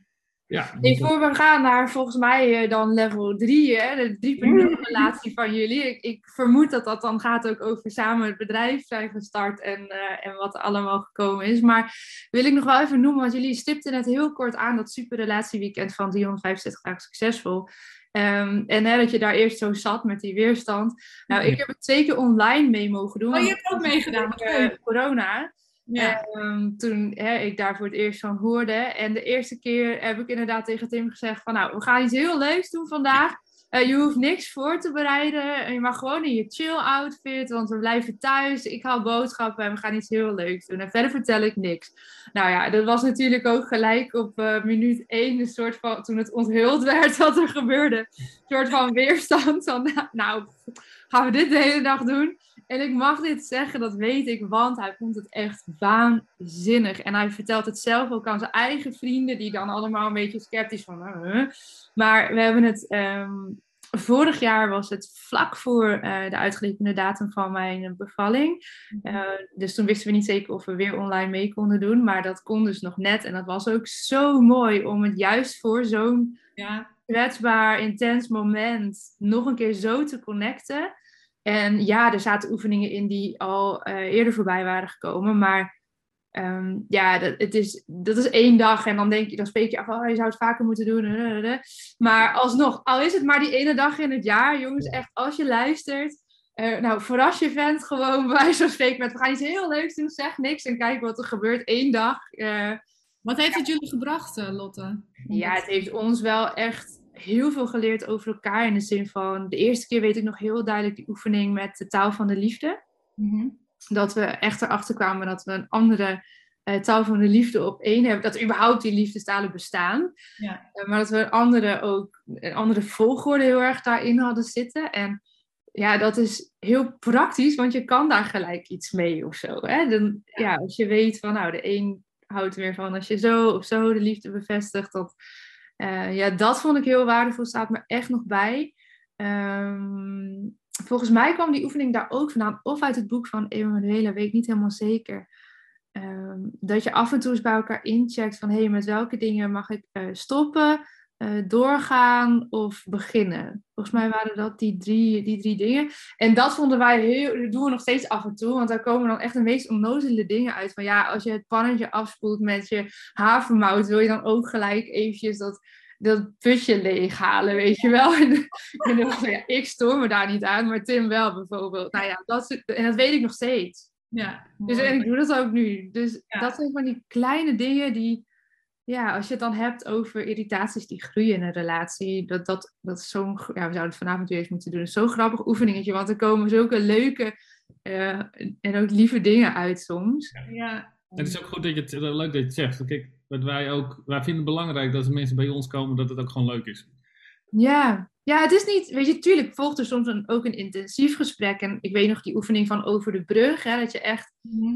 Ja, voor we gaan naar volgens mij dan level 3, de 3.0 relatie van jullie. Ik vermoed dat dat dan gaat ook over samen het bedrijf zijn gestart en wat er allemaal gekomen is. Maar wil ik nog wel even noemen, want jullie stipten net heel kort aan dat superrelatieweekend van 365 dagen succesvol. En dat je daar eerst zo zat met die weerstand. Nou, ik heb het 2 keer online mee mogen doen. Oh, je hebt ook meegedaan met corona. Ja. Toen ik daar voor het eerst van hoorde. En de eerste keer heb ik inderdaad tegen Tim gezegd van, nou, we gaan iets heel leuks doen vandaag. Je hoeft niks voor te bereiden. Je mag gewoon in je chill outfit, want we blijven thuis. Ik haal boodschappen en we gaan iets heel leuks doen. En verder vertel ik niks. Nou ja, dat was natuurlijk ook gelijk op minuut 1 een soort van, toen het onthuld werd wat er gebeurde. Een soort van weerstand van, nou, gaan we dit de hele dag doen? En ik mag dit zeggen, dat weet ik, want hij vond het echt waanzinnig. En hij vertelt het zelf ook aan zijn eigen vrienden, die dan allemaal een beetje sceptisch van... Maar we hebben het Vorig jaar was het vlak voor de uitgerekende datum van mijn bevalling. Dus toen wisten we niet zeker of we weer online mee konden doen. Maar dat kon dus nog net. En dat was ook zo mooi om het juist voor zo'n kwetsbaar, intens moment nog een keer zo te connecten. En ja, er zaten oefeningen in die al eerder voorbij waren gekomen. Maar dat is 1 dag en dan spreek je af, je zou het vaker moeten doen. Maar alsnog, al is het maar die ene dag in het jaar, jongens, echt, als je luistert, verras je vent gewoon bij wijze van spreken met, we gaan iets heel leuks doen, zeg niks en kijk wat er gebeurt 1 dag. Wat heeft het jullie gebracht, Lotte? Ja, het heeft ons wel echt heel veel geleerd over elkaar, in de zin van, de eerste keer weet ik nog heel duidelijk die oefening met de taal van de liefde. Dat we echt erachter kwamen dat we een andere taal van de liefde op 1 hebben. Dat überhaupt die liefdestalen bestaan. Ja. Maar dat we een andere volgorde heel erg daarin hadden zitten. En ja, dat is heel praktisch, want je kan daar gelijk iets mee of zo. Hè? Als je weet van, de een houdt er weer van als je zo of zo de liefde bevestigt. Dat vond ik heel waardevol, staat me echt nog bij. Volgens mij kwam die oefening daar ook vandaan, of uit het boek van Emanuela, weet ik niet helemaal zeker. Dat je af en toe eens bij elkaar incheckt van, met welke dingen mag ik stoppen, doorgaan of beginnen. Volgens mij waren dat die drie dingen. En dat vonden wij dat doen we nog steeds af en toe, want daar komen dan echt de meest onnozele dingen uit. Van als je het pannetje afspoelt met je havermout, wil je dan ook gelijk eventjes dat putje leeghalen, weet je wel. Ik stoor me daar niet aan, maar Tim wel bijvoorbeeld. En dat weet ik nog steeds. Ja, dus en ik doe dat ook nu. Dus dat zijn van die kleine dingen die, als je het dan hebt over irritaties die groeien in een relatie, dat is zo'n, we zouden het vanavond weer eens moeten doen. Zo'n grappig oefeningetje, want er komen zulke leuke en ook lieve dingen uit soms. Ja. En het is ook goed leuk dat je het zegt. Kijk, wij vinden het belangrijk dat als mensen bij ons komen, dat het ook gewoon leuk is. Ja, het is niet, weet je, tuurlijk volgt er soms ook een intensief gesprek. En ik weet nog die oefening van over de brug, dat je echt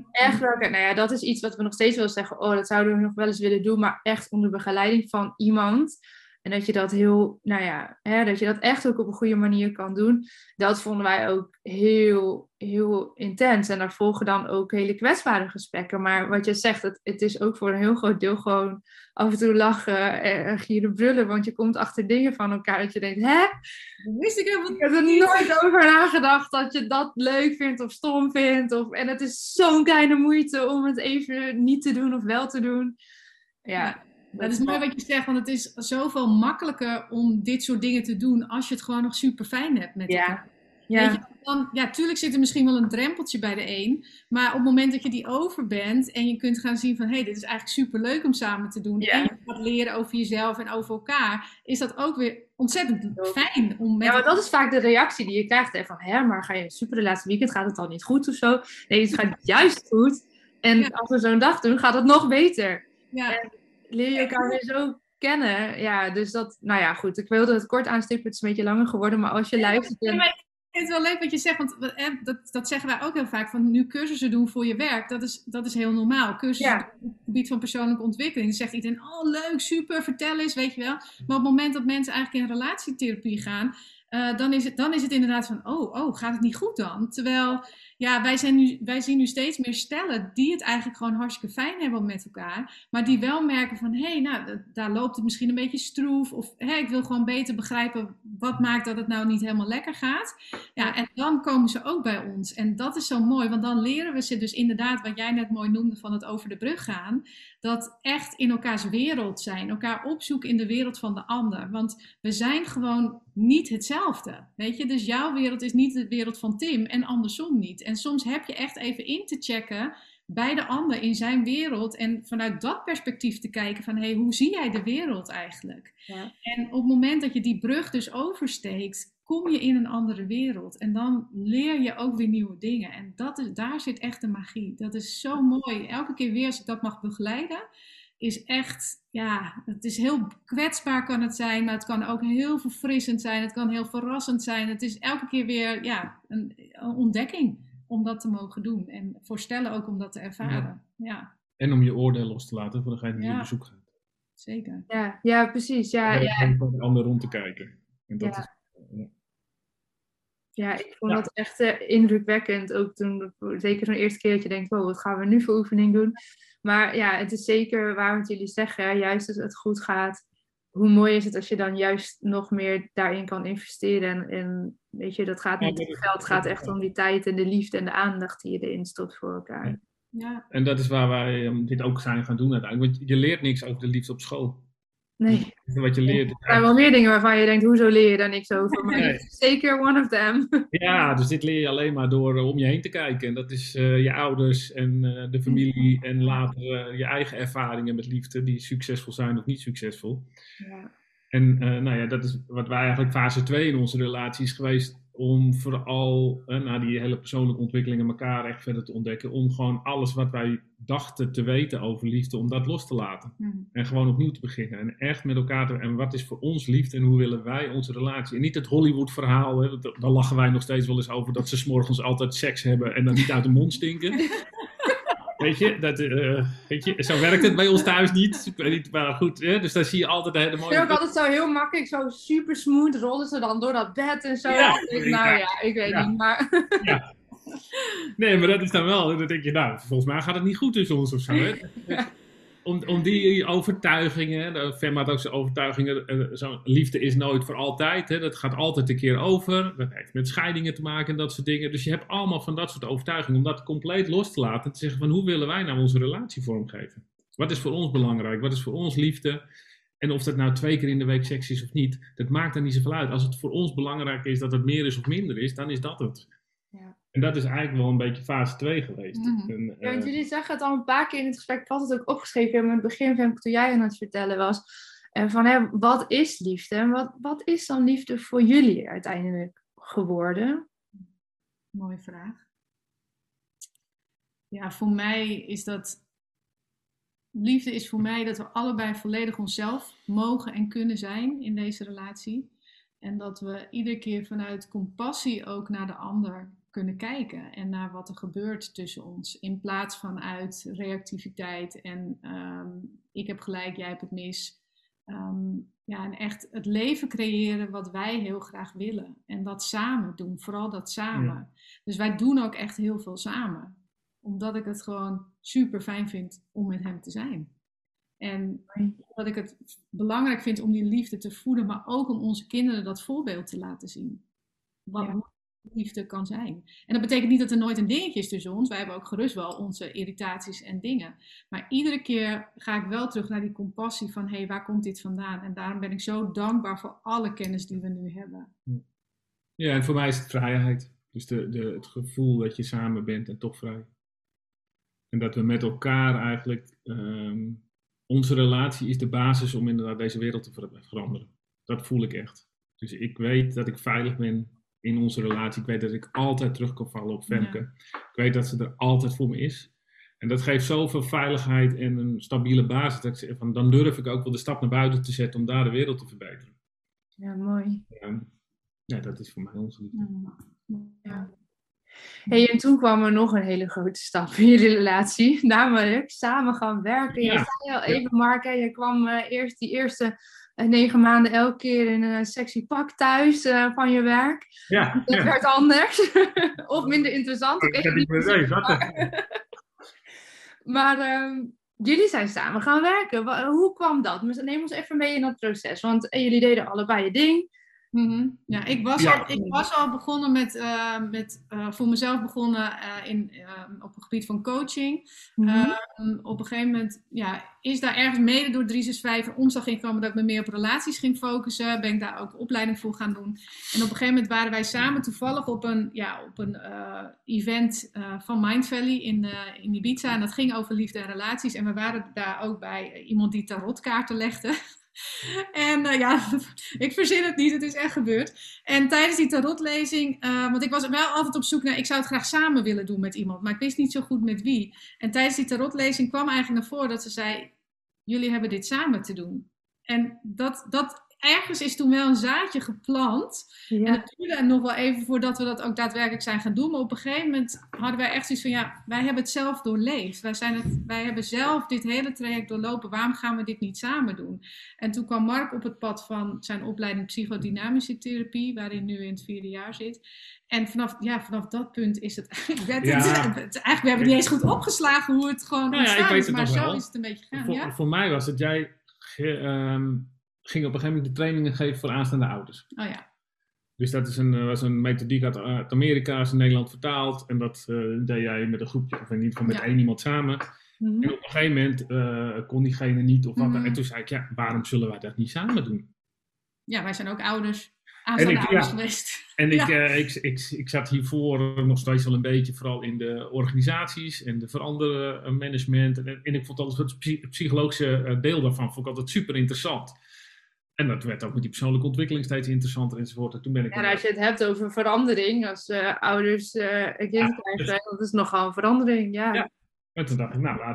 wel, dat is iets wat we nog steeds wel zeggen, dat zouden we nog wel eens willen doen, maar echt onder begeleiding van iemand. En dat je dat dat je dat echt ook op een goede manier kan doen. Dat vonden wij ook heel, heel intens. En daar volgen dan ook hele kwetsbare gesprekken. Maar wat je zegt, het is ook voor een heel groot deel gewoon af en toe lachen en gieren brullen. Want je komt achter dingen van elkaar dat je denkt, dat wist ik helemaal niet. Ik heb er nooit over nagedacht dat je dat leuk vindt of stom vindt. En het is zo'n kleine moeite om het even niet te doen of wel te doen. Ja. Dat is mooi wat je zegt, want het is zoveel makkelijker om dit soort dingen te doen als je het gewoon nog super fijn hebt met elkaar. Weet je, tuurlijk zit er misschien wel een drempeltje bij de een, maar op het moment dat je die over bent en je kunt gaan zien van, dit is eigenlijk super leuk om samen te doen en je gaat leren over jezelf en over elkaar, is dat ook weer ontzettend fijn. Maar dat is vaak de reactie die je krijgt, hè, van, maar ga je een superrelatie weekend, gaat het al niet goed of zo? Nee, het gaat juist goed. En als we zo'n dag doen, gaat het nog beter. Ja. En leer je elkaar weer zo kennen. Ja, dus dat, goed. Ik wilde het kort aanstippen, het is een beetje langer geworden, maar als je luistert... Ik vind het wel leuk wat je zegt, want dat zeggen wij ook heel vaak, van nu cursussen doen voor je werk, dat is heel normaal. Cursussen op het gebied van persoonlijke ontwikkeling. Dan zegt iedereen, leuk, super, vertel eens, weet je wel. Maar op het moment dat mensen eigenlijk in relatietherapie gaan, dan is het inderdaad van, gaat het niet goed dan? Terwijl, wij zien nu steeds meer stellen die het eigenlijk gewoon hartstikke fijn hebben met elkaar, maar die wel merken van, daar loopt het misschien een beetje stroef, of ik wil gewoon beter begrijpen wat maakt dat het nou niet helemaal lekker gaat. Ja, en dan komen ze ook bij ons. En dat is zo mooi, want dan leren we ze dus inderdaad, wat jij net mooi noemde van het over de brug gaan, dat echt in elkaars wereld zijn, elkaar opzoeken in de wereld van de ander. Want we zijn gewoon niet hetzelfde, weet je. Dus jouw wereld is niet de wereld van Tim en andersom niet. En soms heb je echt even in te checken bij de ander in zijn wereld en vanuit dat perspectief te kijken van, hoe zie jij de wereld eigenlijk? Ja. En op het moment dat je die brug dus oversteekt, kom je in een andere wereld. En dan leer je ook weer nieuwe dingen. En daar zit echt de magie. Dat is zo mooi. Elke keer weer als ik dat mag begeleiden, is echt, het is heel kwetsbaar kan het zijn, maar het kan ook heel verfrissend zijn. Het kan heel verrassend zijn. Het is elke keer weer een ontdekking om dat te mogen doen. En voorstellen ook om dat te ervaren. Ja. En om je oordeel los te laten voor degene die op bezoek gaat. Zeker. Ja, precies. En van de ander rond te kijken. En dat is, Ja, ik vond dat echt indrukwekkend. Ook toen, zeker zo'n eerste keer dat je denkt, wow, wat gaan we nu voor oefening doen? Maar ja, het is zeker waar wat jullie zeggen. Juist als het goed gaat, hoe mooi is het als je dan juist nog meer daarin kan investeren. En weet je, dat gaat niet om geld. Het gaat echt om die tijd en de liefde en de aandacht die je erin stopt voor elkaar. Ja. En dat is waar wij dit ook zijn gaan doen uiteindelijk. Want je leert niks over de liefde op school. Nee. Wat je leert. Er zijn wel meer dingen waarvan je denkt, hoezo leer je daar niks over? Maar dit is zeker one of them. Ja, dus dit leer je alleen maar door om je heen te kijken. En dat is je ouders en de familie en later je eigen ervaringen met liefde, die succesvol zijn of niet succesvol. Ja. En nou ja, dat is wat wij eigenlijk fase 2 in onze relatie is geweest, om vooral na die hele persoonlijke ontwikkelingen elkaar echt verder te ontdekken, om gewoon alles wat wij dachten te weten over liefde, om dat los te laten. En gewoon opnieuw te beginnen. En echt met elkaar te... En wat is voor ons liefde en hoe willen wij onze relatie? En niet het Hollywood verhaal, hè, daar lachen wij nog steeds wel eens over, dat ze 's morgens altijd seks hebben en dan niet uit de mond stinken. Weet je, zo werkt het bij ons thuis niet. Ik weet niet, maar goed, hè? Dus daar zie je altijd de hele mooie... Ik vind ook altijd zo heel makkelijk, zo super smooth rollen ze dan door dat bed en zo. Ja, ik weet niet, maar... Ja. Nee, maar dat is dan wel, dan denk je, nou, volgens mij gaat het niet goed tussen ons of zo, hè? Ja. Om die overtuigingen, Fem had ook zijn overtuigingen, zo'n liefde is nooit voor altijd, hè? Dat gaat altijd een keer over, dat heeft met scheidingen te maken en dat soort dingen. Dus je hebt allemaal van dat soort overtuigingen, om dat compleet los te laten en te zeggen van hoe willen wij nou onze relatie vormgeven? Wat is voor ons belangrijk? Wat is voor ons liefde? En of dat nou 2 keer in de week seks is of niet, dat maakt er niet zoveel uit. Als het voor ons belangrijk is dat het meer is of minder is, dan is dat het. Ja. En dat is eigenlijk wel een beetje fase 2 geweest. En, ja, want jullie zeggen het al een paar keer in het gesprek. Ik had het ook opgeschreven in het begin, Femke, toen jij aan het vertellen was. Van, wat is liefde? En wat is dan liefde voor jullie uiteindelijk geworden? Mooie vraag. Ja, voor mij is dat... Liefde is voor mij dat we allebei volledig onszelf mogen en kunnen zijn in deze relatie. En dat we iedere keer vanuit compassie ook naar de ander kunnen kijken. En naar wat er gebeurt tussen ons. In plaats van uit reactiviteit en ik heb gelijk, jij hebt het mis. En echt het leven creëren wat wij heel graag willen. En dat samen doen, vooral dat samen. Ja. Dus wij doen ook echt heel veel samen. Omdat ik het gewoon super fijn vind om met hem te zijn. En dat ik het belangrijk vind om die liefde te voeden, maar ook om onze kinderen dat voorbeeld te laten zien. Hoe liefde kan zijn. En dat betekent niet dat er nooit een dingetje is tussen ons. Wij hebben ook gerust wel onze irritaties en dingen. Maar iedere keer ga ik wel terug naar die compassie van, hé, waar komt dit vandaan? En daarom ben ik zo dankbaar voor alle kennis die we nu hebben. Ja, en voor mij is het vrijheid. Dus het gevoel dat je samen bent en toch vrij. En dat we met elkaar eigenlijk... onze relatie is de basis om inderdaad deze wereld te veranderen. Dat voel ik echt. Dus ik weet dat ik veilig ben in onze relatie. Ik weet dat ik altijd terug kan vallen op Femke. Ja. Ik weet dat ze er altijd voor me is. En dat geeft zoveel veiligheid en een stabiele basis. Dat ik zeg van, dan durf ik ook wel de stap naar buiten te zetten om daar de wereld te verbeteren. Ja, mooi. Ja, dat is voor mij onze liefde. Ja. Hey, en toen kwam er nog een hele grote stap in je relatie. Namelijk samen gaan werken. Je zei al even, Mark, je kwam eerst die eerste 9 maanden elke keer in een sexy pak thuis van je werk. Ja, dat werd anders. Of minder interessant. Ik weet niet meer. Maar jullie zijn samen gaan werken. Hoe kwam dat? Neem ons even mee in dat proces. Want jullie deden allebei je ding. Mm-hmm. Ja, ik was al begonnen met voor mezelf begonnen op het gebied van coaching. Mm-hmm. Op een gegeven moment is daar ergens mede door 365 een omslag in gekomen dat ik me meer op relaties ging focussen. Ben ik daar ook opleiding voor gaan doen. En op een gegeven moment waren wij samen toevallig op een event van Mind Valley in Ibiza. En dat ging over liefde en relaties. En we waren daar ook bij iemand die tarotkaarten legde. En ik verzin het niet, het is echt gebeurd. En tijdens die tarotlezing, want ik was wel altijd op zoek naar, ik zou het graag samen willen doen met iemand, maar ik wist niet zo goed met wie. En tijdens die tarotlezing kwam eigenlijk naar voren dat ze zei, jullie hebben dit samen te doen. En dat ergens is toen wel een zaadje geplant. Ja. En het duurde nog wel even voordat we dat ook daadwerkelijk zijn gaan doen. Maar op een gegeven moment hadden wij echt zoiets van, ja, wij hebben het zelf doorleefd. Wij hebben zelf dit hele traject doorlopen. Waarom gaan we dit niet samen doen? En toen kwam Mark op het pad van zijn opleiding psychodynamische therapie, waarin nu in het 4e jaar zit. En vanaf dat punt is het eigenlijk... Eigenlijk, we hebben niet eens goed opgeslagen hoe het gewoon ontstaan is. Maar zo is het een beetje gegaan. Voor mij was het, jij ging op een gegeven moment de trainingen geven voor aanstaande ouders. Oh ja. Dus dat is was een methodiek uit Amerika, is in Nederland vertaald. En dat deed jij met een groepje, of in ieder geval met één iemand samen. Mm-hmm. En op een gegeven moment kon diegene niet of wat. Mm-hmm. En toen zei ik, ja, waarom zullen wij dat niet samen doen? Ja, wij zijn ook ouders. Aanstaande ouders geweest. En ik zat hiervoor nog steeds wel een beetje, vooral in de organisaties en de verandermanagement. En ik vond altijd het psychologische deel daarvan vond ik altijd super interessant. En dat werd ook met die persoonlijke ontwikkeling steeds interessanter enzovoort. En toen ben ik als je het hebt over verandering, als ouders een kind krijgen, dat is nogal een verandering, ja. En toen dacht ik, nou,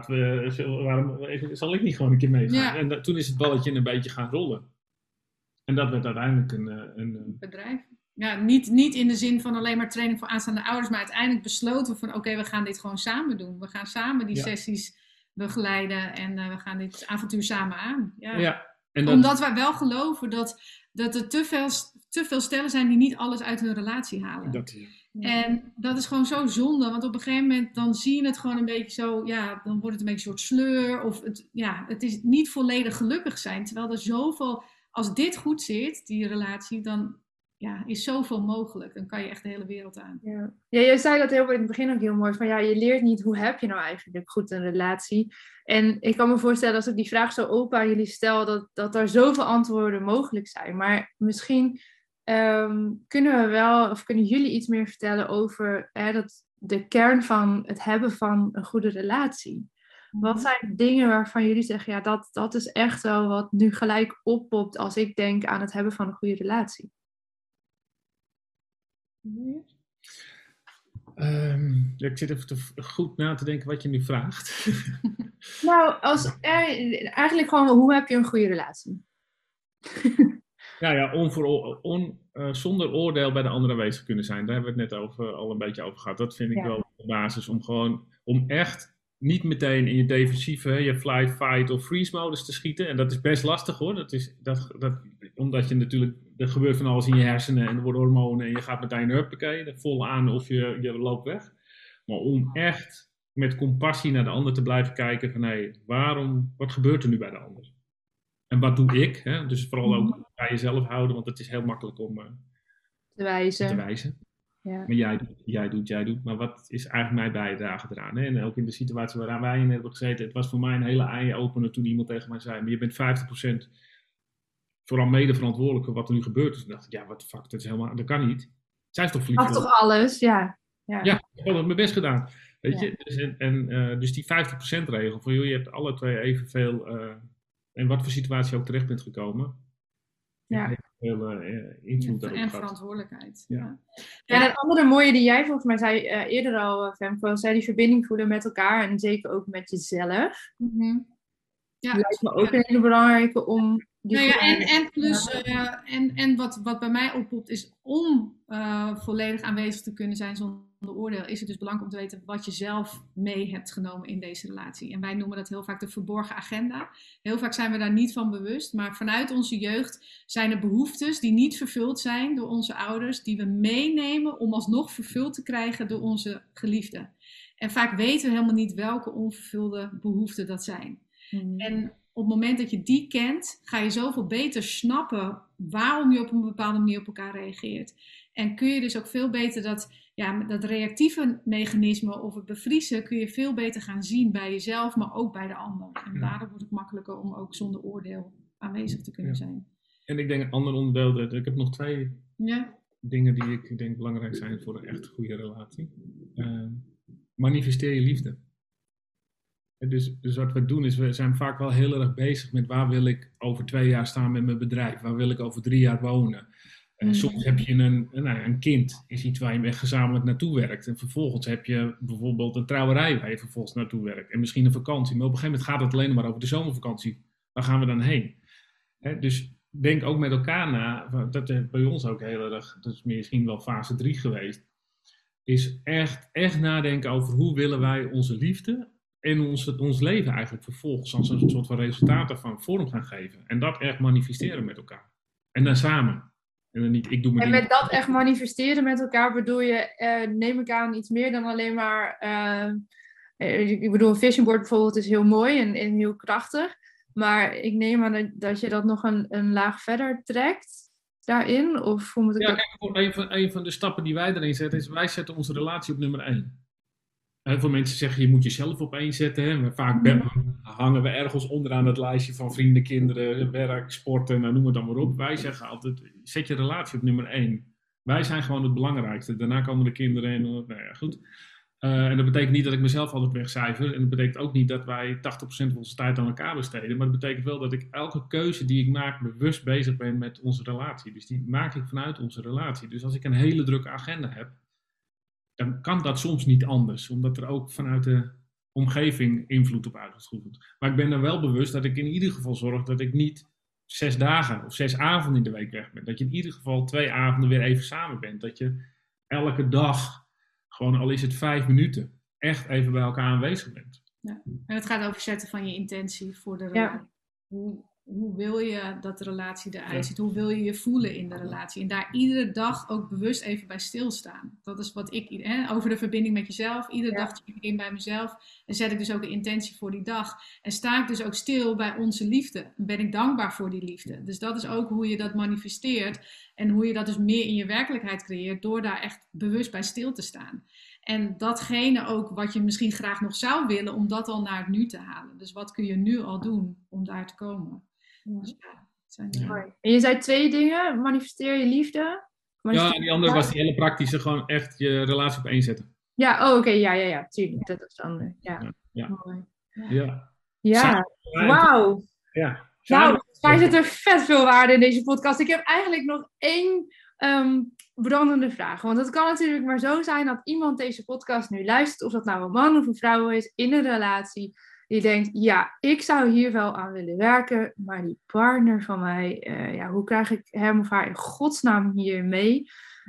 waarom zal ik niet gewoon een keer meegaan? Ja. En toen is het balletje een beetje gaan rollen. En dat werd uiteindelijk een bedrijf. Ja, niet in de zin van alleen maar training voor aanstaande ouders, maar uiteindelijk besloten van oké, we gaan dit gewoon samen doen. We gaan samen die sessies begeleiden en we gaan dit avontuur samen aan. Ja. Omdat wij wel geloven dat er te veel stellen zijn die niet alles uit hun relatie halen. En dat is gewoon zo zonde, want op een gegeven moment dan zie je het gewoon een beetje zo, ja, dan wordt het een beetje een soort sleur. Of het is niet volledig gelukkig zijn, terwijl er zoveel, als dit goed zit, die relatie, dan is zoveel mogelijk. Dan kan je echt de hele wereld aan. Ja, jij zei dat in het begin ook heel mooi. Van je leert niet hoe heb je nou eigenlijk goed een relatie. En ik kan me voorstellen als ik die vraag zo open aan jullie stel, dat er zoveel antwoorden mogelijk zijn. Maar misschien kunnen jullie iets meer vertellen over de kern van het hebben van een goede relatie. Wat zijn dingen waarvan jullie zeggen, ja, dat is echt wel wat nu gelijk oppopt als ik denk aan het hebben van een goede relatie? Ik zit even goed na te denken wat je nu vraagt. Nou, eigenlijk gewoon, hoe heb je een goede relatie? Zonder oordeel bij de ander aanwezig kunnen zijn. Daar hebben we het net al een beetje over gehad. Dat vind ik wel de basis om echt niet meteen in je defensieve, je flight, fight of freeze modus te schieten. En dat is best lastig hoor. Omdat je natuurlijk, er gebeurt van alles in je hersenen en er worden hormonen en je gaat meteen huppakee, vol aan of je loopt weg. Maar om echt met compassie naar de ander te blijven kijken van wat gebeurt er nu bij de ander? En wat doe ik? Hè? Dus vooral ook bij jezelf houden, want het is heel makkelijk om te wijzen. Ja. Maar jij doet. Maar wat is eigenlijk mijn bijdrage eraan? Hè? En ook in de situatie waar wij in hebben gezeten. Het was voor mij een hele eye-opener toen iemand tegen mij zei. Maar je bent 50% vooral mede verantwoordelijk voor wat er nu gebeurt. Dus ik dacht, ja, wat fuck, dat kan niet. Zij is toch verliefd? Mag toch alles, ja. Ja, ik heb mijn best gedaan. Weet je? Dus die 50% regel. Van, je hebt alle twee evenveel. En wat voor situatie je ook terecht bent gekomen. Ja. Heel invloed daarop en verantwoordelijkheid. Ja. En een andere mooie die jij volgens mij zei eerder al, Femke, zei die verbinding voelen met elkaar en zeker ook met jezelf. Mm-hmm. Ja, lijkt me ook een hele belangrijke om... En wat bij mij oppopt is om volledig aanwezig te kunnen zijn zonder oordeel, is het dus belangrijk om te weten wat je zelf mee hebt genomen in deze relatie. En wij noemen dat heel vaak de verborgen agenda. Heel vaak zijn we daar niet van bewust, maar vanuit onze jeugd zijn er behoeftes die niet vervuld zijn door onze ouders, die we meenemen om alsnog vervuld te krijgen door onze geliefden. En vaak weten we helemaal niet welke onvervulde behoeften dat zijn. En op het moment dat je die kent, ga je zoveel beter snappen waarom je op een bepaalde manier op elkaar reageert. En kun je dus ook veel beter dat reactieve mechanisme of het bevriezen, kun je veel beter gaan zien bij jezelf, maar ook bij de ander. En daardoor wordt het makkelijker om ook zonder oordeel aanwezig te kunnen zijn. En ik denk een ander onderdeel, ik heb nog 2 dingen die ik denk belangrijk zijn voor een echt goede relatie. Manifesteer je liefde. Dus wat we doen is, we zijn vaak wel heel erg bezig met waar wil ik over 2 jaar staan met mijn bedrijf? Waar wil ik over 3 jaar wonen? Soms heb je een kind, is iets waar je echt gezamenlijk naartoe werkt. En vervolgens heb je bijvoorbeeld een trouwerij waar je vervolgens naartoe werkt. En misschien een vakantie. Maar op een gegeven moment gaat het alleen maar over de zomervakantie. Waar gaan we dan heen? Dus denk ook met elkaar na. Dat is bij ons ook heel erg, dat is misschien wel fase 3 geweest. Is echt nadenken over hoe willen wij onze liefde en ons leven eigenlijk vervolgens als een soort van resultaat daarvan vorm gaan geven. En dat echt manifesteren met elkaar. En dan samen. En dan niet, ik doe mijn En ding. met dat echt manifesteren met elkaar bedoel je, neem ik aan, iets meer dan alleen maar... ik bedoel, een vision board bijvoorbeeld is heel mooi en heel krachtig. Maar ik neem aan dat je dat nog een laag verder trekt daarin. Of hoe moet ik Ja, dat... kijk, een van de stappen die wij erin zetten is, wij zetten onze relatie op nummer 1. Heel veel mensen zeggen, je moet jezelf op 1 zetten. Hè? Maar vaak hangen we ergens onderaan het lijstje van vrienden, kinderen, werk, sporten, nou, noem het dan maar op. Wij zeggen altijd, zet je relatie op nummer 1. Wij zijn gewoon het belangrijkste. Daarna komen de kinderen en nou ja, goed. En dat betekent niet dat ik mezelf altijd wegcijfer. En dat betekent ook niet dat wij 80% van onze tijd aan elkaar besteden. Maar dat betekent wel dat ik elke keuze die ik maak bewust bezig ben met onze relatie. Dus die maak ik vanuit onze relatie. Dus als ik een hele drukke agenda heb, dan kan dat soms niet anders. Omdat er ook vanuit de omgeving invloed op uit wordt geoefend. Maar ik ben er wel bewust dat ik in ieder geval zorg dat ik niet 6 dagen of 6 avonden in de week weg ben. Dat je in ieder geval 2 avonden weer even samen bent. Dat je elke dag, gewoon al is het 5 minuten, echt even bij elkaar aanwezig bent. Ja. En het gaat over zetten van je intentie voor de Ja. relatie. Hoe wil je dat de relatie eruit ziet? Hoe wil je je voelen in de relatie? En daar iedere dag ook bewust even bij stilstaan. Dat is wat ik, over de verbinding met jezelf. Iedere dag check ik in bij mezelf. En zet ik dus ook een intentie voor die dag. En sta ik dus ook stil bij onze liefde. En ben ik dankbaar voor die liefde. Dus dat is ook hoe je dat manifesteert. En hoe je dat dus meer in je werkelijkheid creëert. Door daar echt bewust bij stil te staan. En datgene ook wat je misschien graag nog zou willen. Om dat al naar het nu te halen. Dus wat kun je nu al doen om daar te komen? Dus Mooi. En je zei 2 dingen. Manifesteer je liefde. Ja, en die andere was die hele praktische, gewoon echt je relatie op 1 zetten. Ja, oké. Ja, tuurlijk. Dat is dan, mooi. Ja, wauw. Ja. Nou, wij zit er vet veel waarde in deze podcast. Ik heb eigenlijk nog 1 brandende vraag. Want het kan natuurlijk maar zo zijn dat iemand deze podcast nu luistert, of dat nou een man of een vrouw is, in een relatie, die denkt, ja, ik zou hier wel aan willen werken, maar die partner van mij, hoe krijg ik hem of haar in godsnaam hier mee?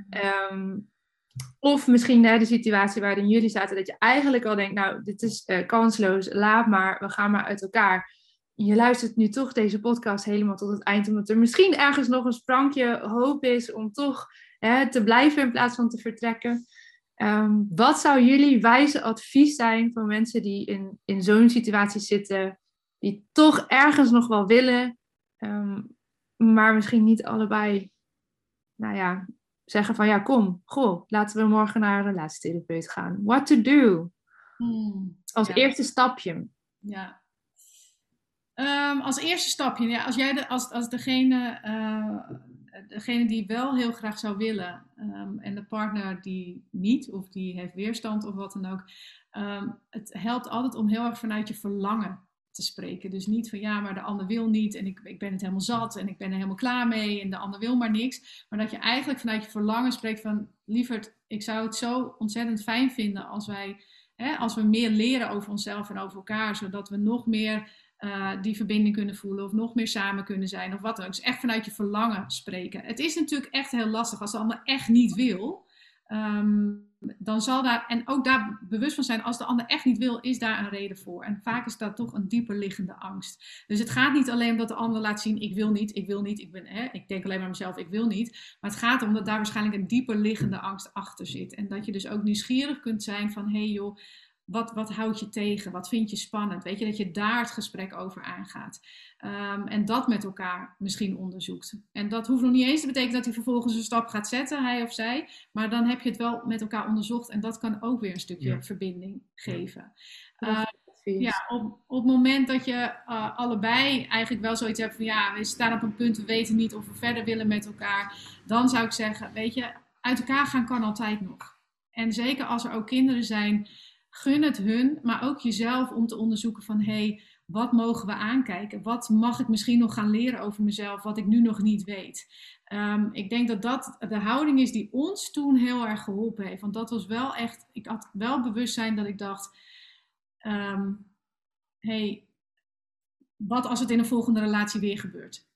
Of misschien de situatie waarin jullie zaten, dat je eigenlijk al denkt, nou, dit is kansloos, laat maar, we gaan maar uit elkaar. Je luistert nu toch deze podcast helemaal tot het eind, omdat er misschien ergens nog een sprankje hoop is om toch te blijven in plaats van te vertrekken. Wat zou jullie wijze advies zijn voor mensen die in zo'n situatie zitten, die toch ergens nog wel willen, maar misschien niet allebei, zeggen van laten we morgen naar een relatietherapeut gaan. What to do? Als eerste stapje. Ja. Als eerste stapje, als degene die wel heel graag zou willen en de partner die niet of die heeft weerstand of wat dan ook, het helpt altijd om heel erg vanuit je verlangen te spreken. Dus niet van maar de ander wil niet en ik ben het helemaal zat en ik ben er helemaal klaar mee en de ander wil maar niks. Maar dat je eigenlijk vanuit je verlangen spreekt van, lieverd, ik zou het zo ontzettend fijn vinden als we meer leren over onszelf en over elkaar, zodat we nog meer die verbinding kunnen voelen of nog meer samen kunnen zijn of wat dan ook. Dus echt vanuit je verlangen spreken. Het is natuurlijk echt heel lastig als de ander echt niet wil. Dan zal daar, en ook daar bewust van zijn, als de ander echt niet wil, is daar een reden voor. En vaak is dat toch een dieper liggende angst. Dus het gaat niet alleen om dat de ander laat zien, ik wil niet, ik denk alleen maar mezelf, ik wil niet. Maar het gaat om dat daar waarschijnlijk een dieper liggende angst achter zit. En dat je dus ook nieuwsgierig kunt zijn van, hey joh, wat houdt je tegen? Wat vind je spannend? Weet je, dat je daar het gesprek over aangaat. En dat met elkaar misschien onderzoekt. En dat hoeft nog niet eens te betekenen dat hij vervolgens een stap gaat zetten, hij of zij. Maar dan heb je het wel met elkaar onderzocht. En dat kan ook weer een stukje verbinding geven. Op het moment dat je allebei eigenlijk wel zoiets hebt van, we staan op een punt, we weten niet of we verder willen met elkaar. Dan zou ik zeggen, weet je, uit elkaar gaan kan altijd nog. En zeker als er ook kinderen zijn, gun het hun, maar ook jezelf om te onderzoeken van, wat mogen we aankijken? Wat mag ik misschien nog gaan leren over mezelf, wat ik nu nog niet weet? Ik denk dat dat de houding is die ons toen heel erg geholpen heeft. Want dat was wel echt, ik had wel bewustzijn dat ik dacht, wat als het in een volgende relatie weer gebeurt?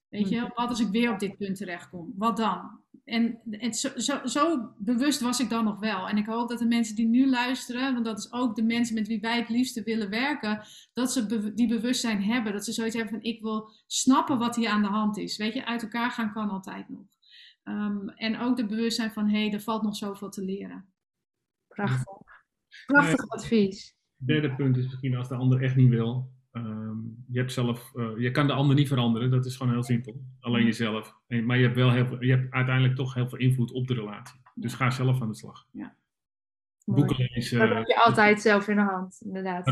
Weet je, wat als ik weer op dit punt terechtkom? Wat dan? En zo bewust was ik dan nog wel. En ik hoop dat de mensen die nu luisteren, want dat is ook de mensen met wie wij het liefste willen werken, dat ze die bewustzijn hebben. Dat ze zoiets hebben van, ik wil snappen wat hier aan de hand is. Weet je, uit elkaar gaan kan altijd nog. En ook de bewustzijn van, er valt nog zoveel te leren. Prachtig. Prachtig advies. Het derde punt is misschien als de ander echt niet wil. Je kan de ander niet veranderen, dat is gewoon heel simpel. Alleen jezelf. Maar je hebt uiteindelijk toch heel veel invloed op de relatie. Dus ga zelf aan de slag. Ja. Boeken lezen. Dat heb je altijd zelf in de hand, inderdaad.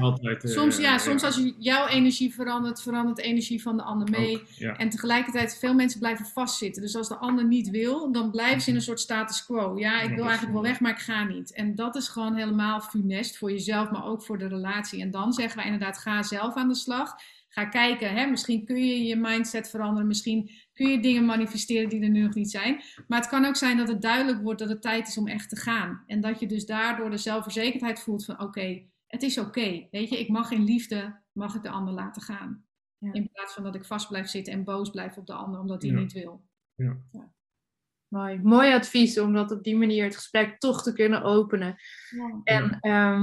Soms als jouw energie verandert de energie van de ander mee. Ook, ja. En tegelijkertijd, veel mensen blijven vastzitten. Dus als de ander niet wil, dan blijven ze in een soort status quo. Ja, ik wil eigenlijk wel weg, maar ik ga niet. En dat is gewoon helemaal funest voor jezelf, maar ook voor de relatie. En dan zeggen wij inderdaad, ga zelf aan de slag. Ga kijken, misschien kun je je mindset veranderen. Misschien kun je dingen manifesteren die er nu nog niet zijn. Maar het kan ook zijn dat het duidelijk wordt dat het tijd is om echt te gaan. En dat je dus daardoor de zelfverzekerdheid voelt van oké, het is oké. Weet je, ik mag in liefde, mag ik de ander laten gaan. Ja. In plaats van dat ik vast blijf zitten en boos blijf op de ander omdat hij niet wil. Ja. Mooi advies om dat op die manier het gesprek toch te kunnen openen. Ja.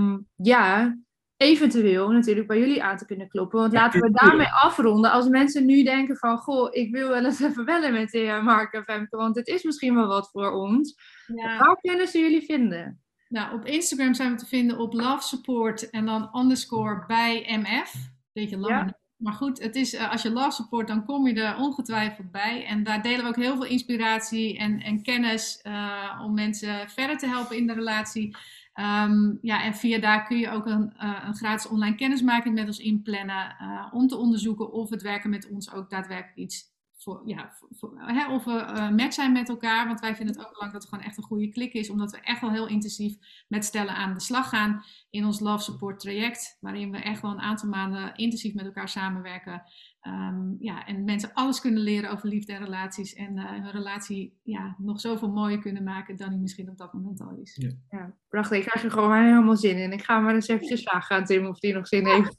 En eventueel natuurlijk bij jullie aan te kunnen kloppen. Want laten we daarmee afronden. Als mensen nu denken van, goh, ik wil wel eens even bellen met Mark en Femke, want het is misschien wel wat voor ons. Ja. Waar kunnen ze jullie vinden? Nou, op Instagram zijn we te vinden op lovesupport en dan _bij_mf. Beetje lang. Ja. Maar goed, het is, als je Love Support, dan kom je er ongetwijfeld bij. En daar delen we ook heel veel inspiratie en kennis om mensen verder te helpen in de relatie. En via daar kun je ook een gratis online kennismaking met ons inplannen. Om te onderzoeken of het werken met ons ook daadwerkelijk iets of we match zijn met elkaar. Want wij vinden het ook belangrijk dat het gewoon echt een goede klik is. Omdat we echt wel heel intensief met stellen aan de slag gaan in ons Love Support traject. Waarin we echt wel een aantal maanden intensief met elkaar samenwerken. En mensen alles kunnen leren over liefde en relaties. En hun relatie nog zoveel mooier kunnen maken dan die misschien op dat moment al is. Ja, prachtig. Ik krijg er gewoon helemaal zin in. Ik ga maar eens eventjes vragen aan Tim of die nog zin heeft.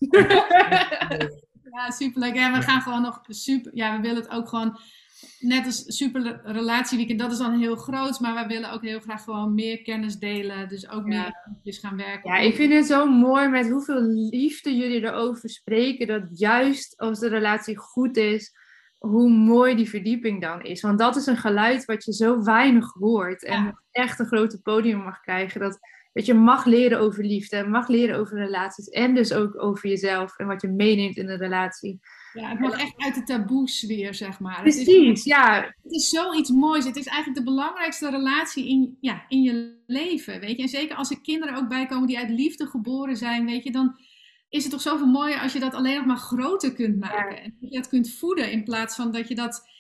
Ja, superleuk. En we gaan gewoon nog we willen het ook gewoon net als super relatieweekend. Dat is dan heel groot, maar wij willen ook heel graag gewoon meer kennis delen. Dus ook meer gaan werken. Ja, ik vind het zo mooi met hoeveel liefde jullie erover spreken. Dat juist als de relatie goed is, hoe mooi die verdieping dan is. Want dat is een geluid wat je zo weinig hoort. En echt een grote podium mag krijgen. Dat je mag leren over liefde, mag leren over relaties en dus ook over jezelf en wat je meeneemt in een relatie. Ja, het mag echt uit de taboes weer, zeg maar. Precies, Het is zoiets moois. Het is eigenlijk de belangrijkste relatie in je leven, weet je. En zeker als er kinderen ook bij komen die uit liefde geboren zijn, weet je, dan is het toch zoveel mooier als je dat alleen nog maar groter kunt maken. Ja. En dat je dat kunt voeden in plaats van dat je dat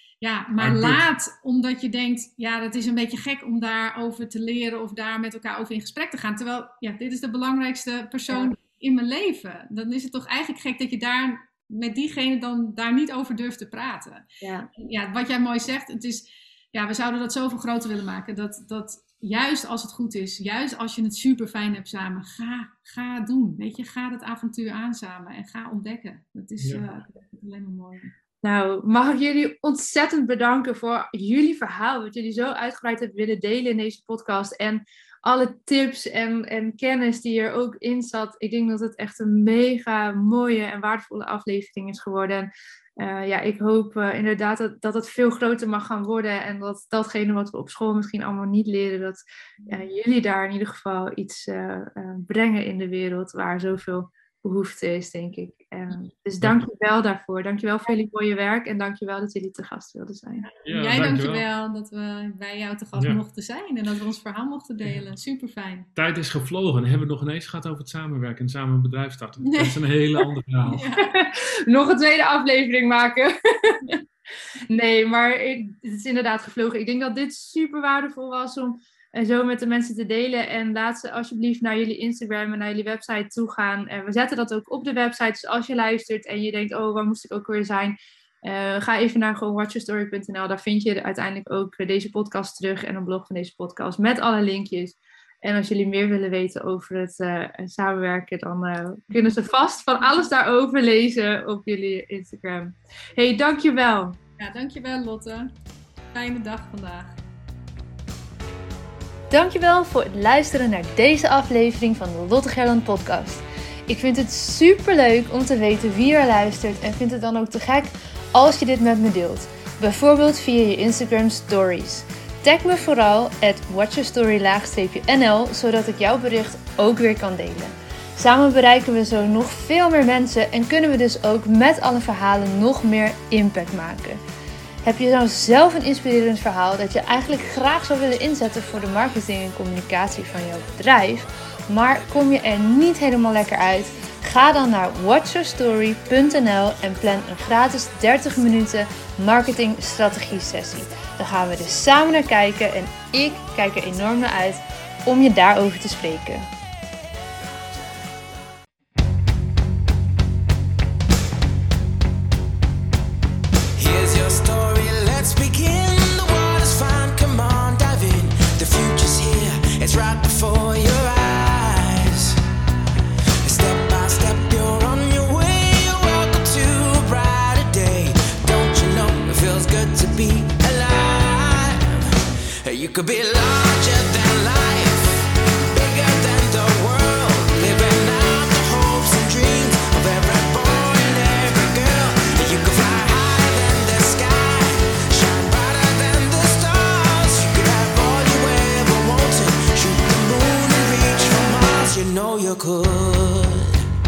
laat, omdat je denkt, dat is een beetje gek om daarover te leren of daar met elkaar over in gesprek te gaan. Terwijl, dit is de belangrijkste persoon in mijn leven. Dan is het toch eigenlijk gek dat je daar met diegene dan daar niet over durft te praten. Ja, wat jij mooi zegt, het is, we zouden dat zoveel groter willen maken. Dat juist als het goed is, juist als je het super fijn hebt samen, ga doen. Weet je, ga dat avontuur aan samen en ga ontdekken. Dat is alleen maar mooi. Nou, mag ik jullie ontzettend bedanken voor jullie verhaal, wat jullie zo uitgebreid hebben willen delen in deze podcast. En alle tips en kennis die er ook in zat. Ik denk dat het echt een mega mooie en waardevolle aflevering is geworden. Ik hoop inderdaad dat het veel groter mag gaan worden. En dat datgene wat we op school misschien allemaal niet leren, dat jullie daar in ieder geval iets brengen in de wereld waar zoveel behoefte is, denk ik. Dus dank je wel daarvoor. Dank je wel voor jullie mooie werk en dank je wel dat jullie te gast wilden zijn. Ja, jij dank je wel dat we bij jou te gast mochten zijn en dat we ons verhaal mochten delen. Super fijn. Tijd is gevlogen. Dan hebben we nog ineens gehad over het samenwerken en samen een bedrijf starten. Nee. Dat is een hele andere verhaal. Nog een tweede aflevering maken. Nee, maar het is inderdaad gevlogen. Ik denk dat dit super waardevol was om zo met de mensen te delen. En laat ze alsjeblieft naar jullie Instagram en naar jullie website toe gaan. We zetten dat ook op de website. Dus als je luistert en je denkt, waar moest ik ook weer zijn? Ga even naar gewoon watchyourstory.nl. Daar vind je uiteindelijk ook deze podcast terug en een blog van deze podcast met alle linkjes. En als jullie meer willen weten over het samenwerken, dan kunnen ze vast van alles daarover lezen op jullie Instagram. Hey, dankjewel. Ja, dankjewel Lotte. Fijne dag vandaag. Dankjewel voor het luisteren naar deze aflevering van de Lotte Gerland podcast. Ik vind het super leuk om te weten wie er luistert en vind het dan ook te gek als je dit met me deelt. Bijvoorbeeld via je Instagram stories. Tag me vooral @watchyourstory_nl, zodat ik jouw bericht ook weer kan delen. Samen bereiken we zo nog veel meer mensen en kunnen we dus ook met alle verhalen nog meer impact maken. Heb je nou zelf een inspirerend verhaal dat je eigenlijk graag zou willen inzetten voor de marketing en communicatie van jouw bedrijf, maar kom je er niet helemaal lekker uit? Ga dan naar watchyourstory.nl en plan een gratis 30 minuten marketing strategie sessie. Dan gaan we er samen naar kijken en ik kijk er enorm naar uit om je daarover te spreken. Here's your story, let's begin. The water's fine, come on, dive in. The future's here, it's right before your eyes. Step by step, you're on your way. Welcome to a brighter day. Don't you know it feels good to be alive? You could be larger than life, bigger than the world, living out the hopes and dreams of every boy and every girl. You could fly higher than the sky, shine brighter than the stars. You could have all you ever wanted, shoot the moon and reach for Mars. You know you could.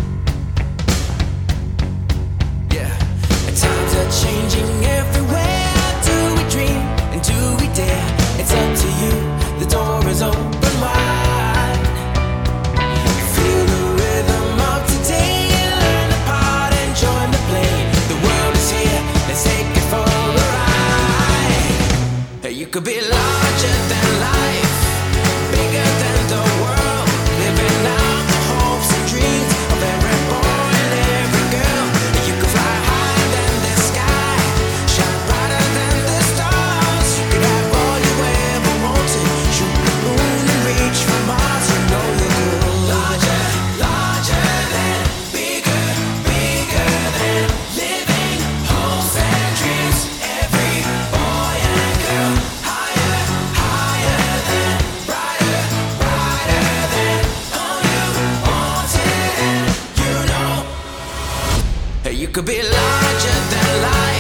Yeah, and times are changing everywhere. Do we dream and do we dare? It's up to you, the door is open wide. Feel the rhythm of today, learn the part and join the play. The world is here, let's take it for a ride. You could be larger than life, bigger than the world, living out the hopes and dreams of every boy and every girl. You could fly higher than the sky, shine brighter than the stars. You could have all you ever wanted, shoot the moon and reach for Mars. You know you could. Larger, larger than, bigger, bigger than, living hopes and dreams. Every boy and girl, higher, higher than, brighter, brighter than, all you wanted and you know. You could be larger than life.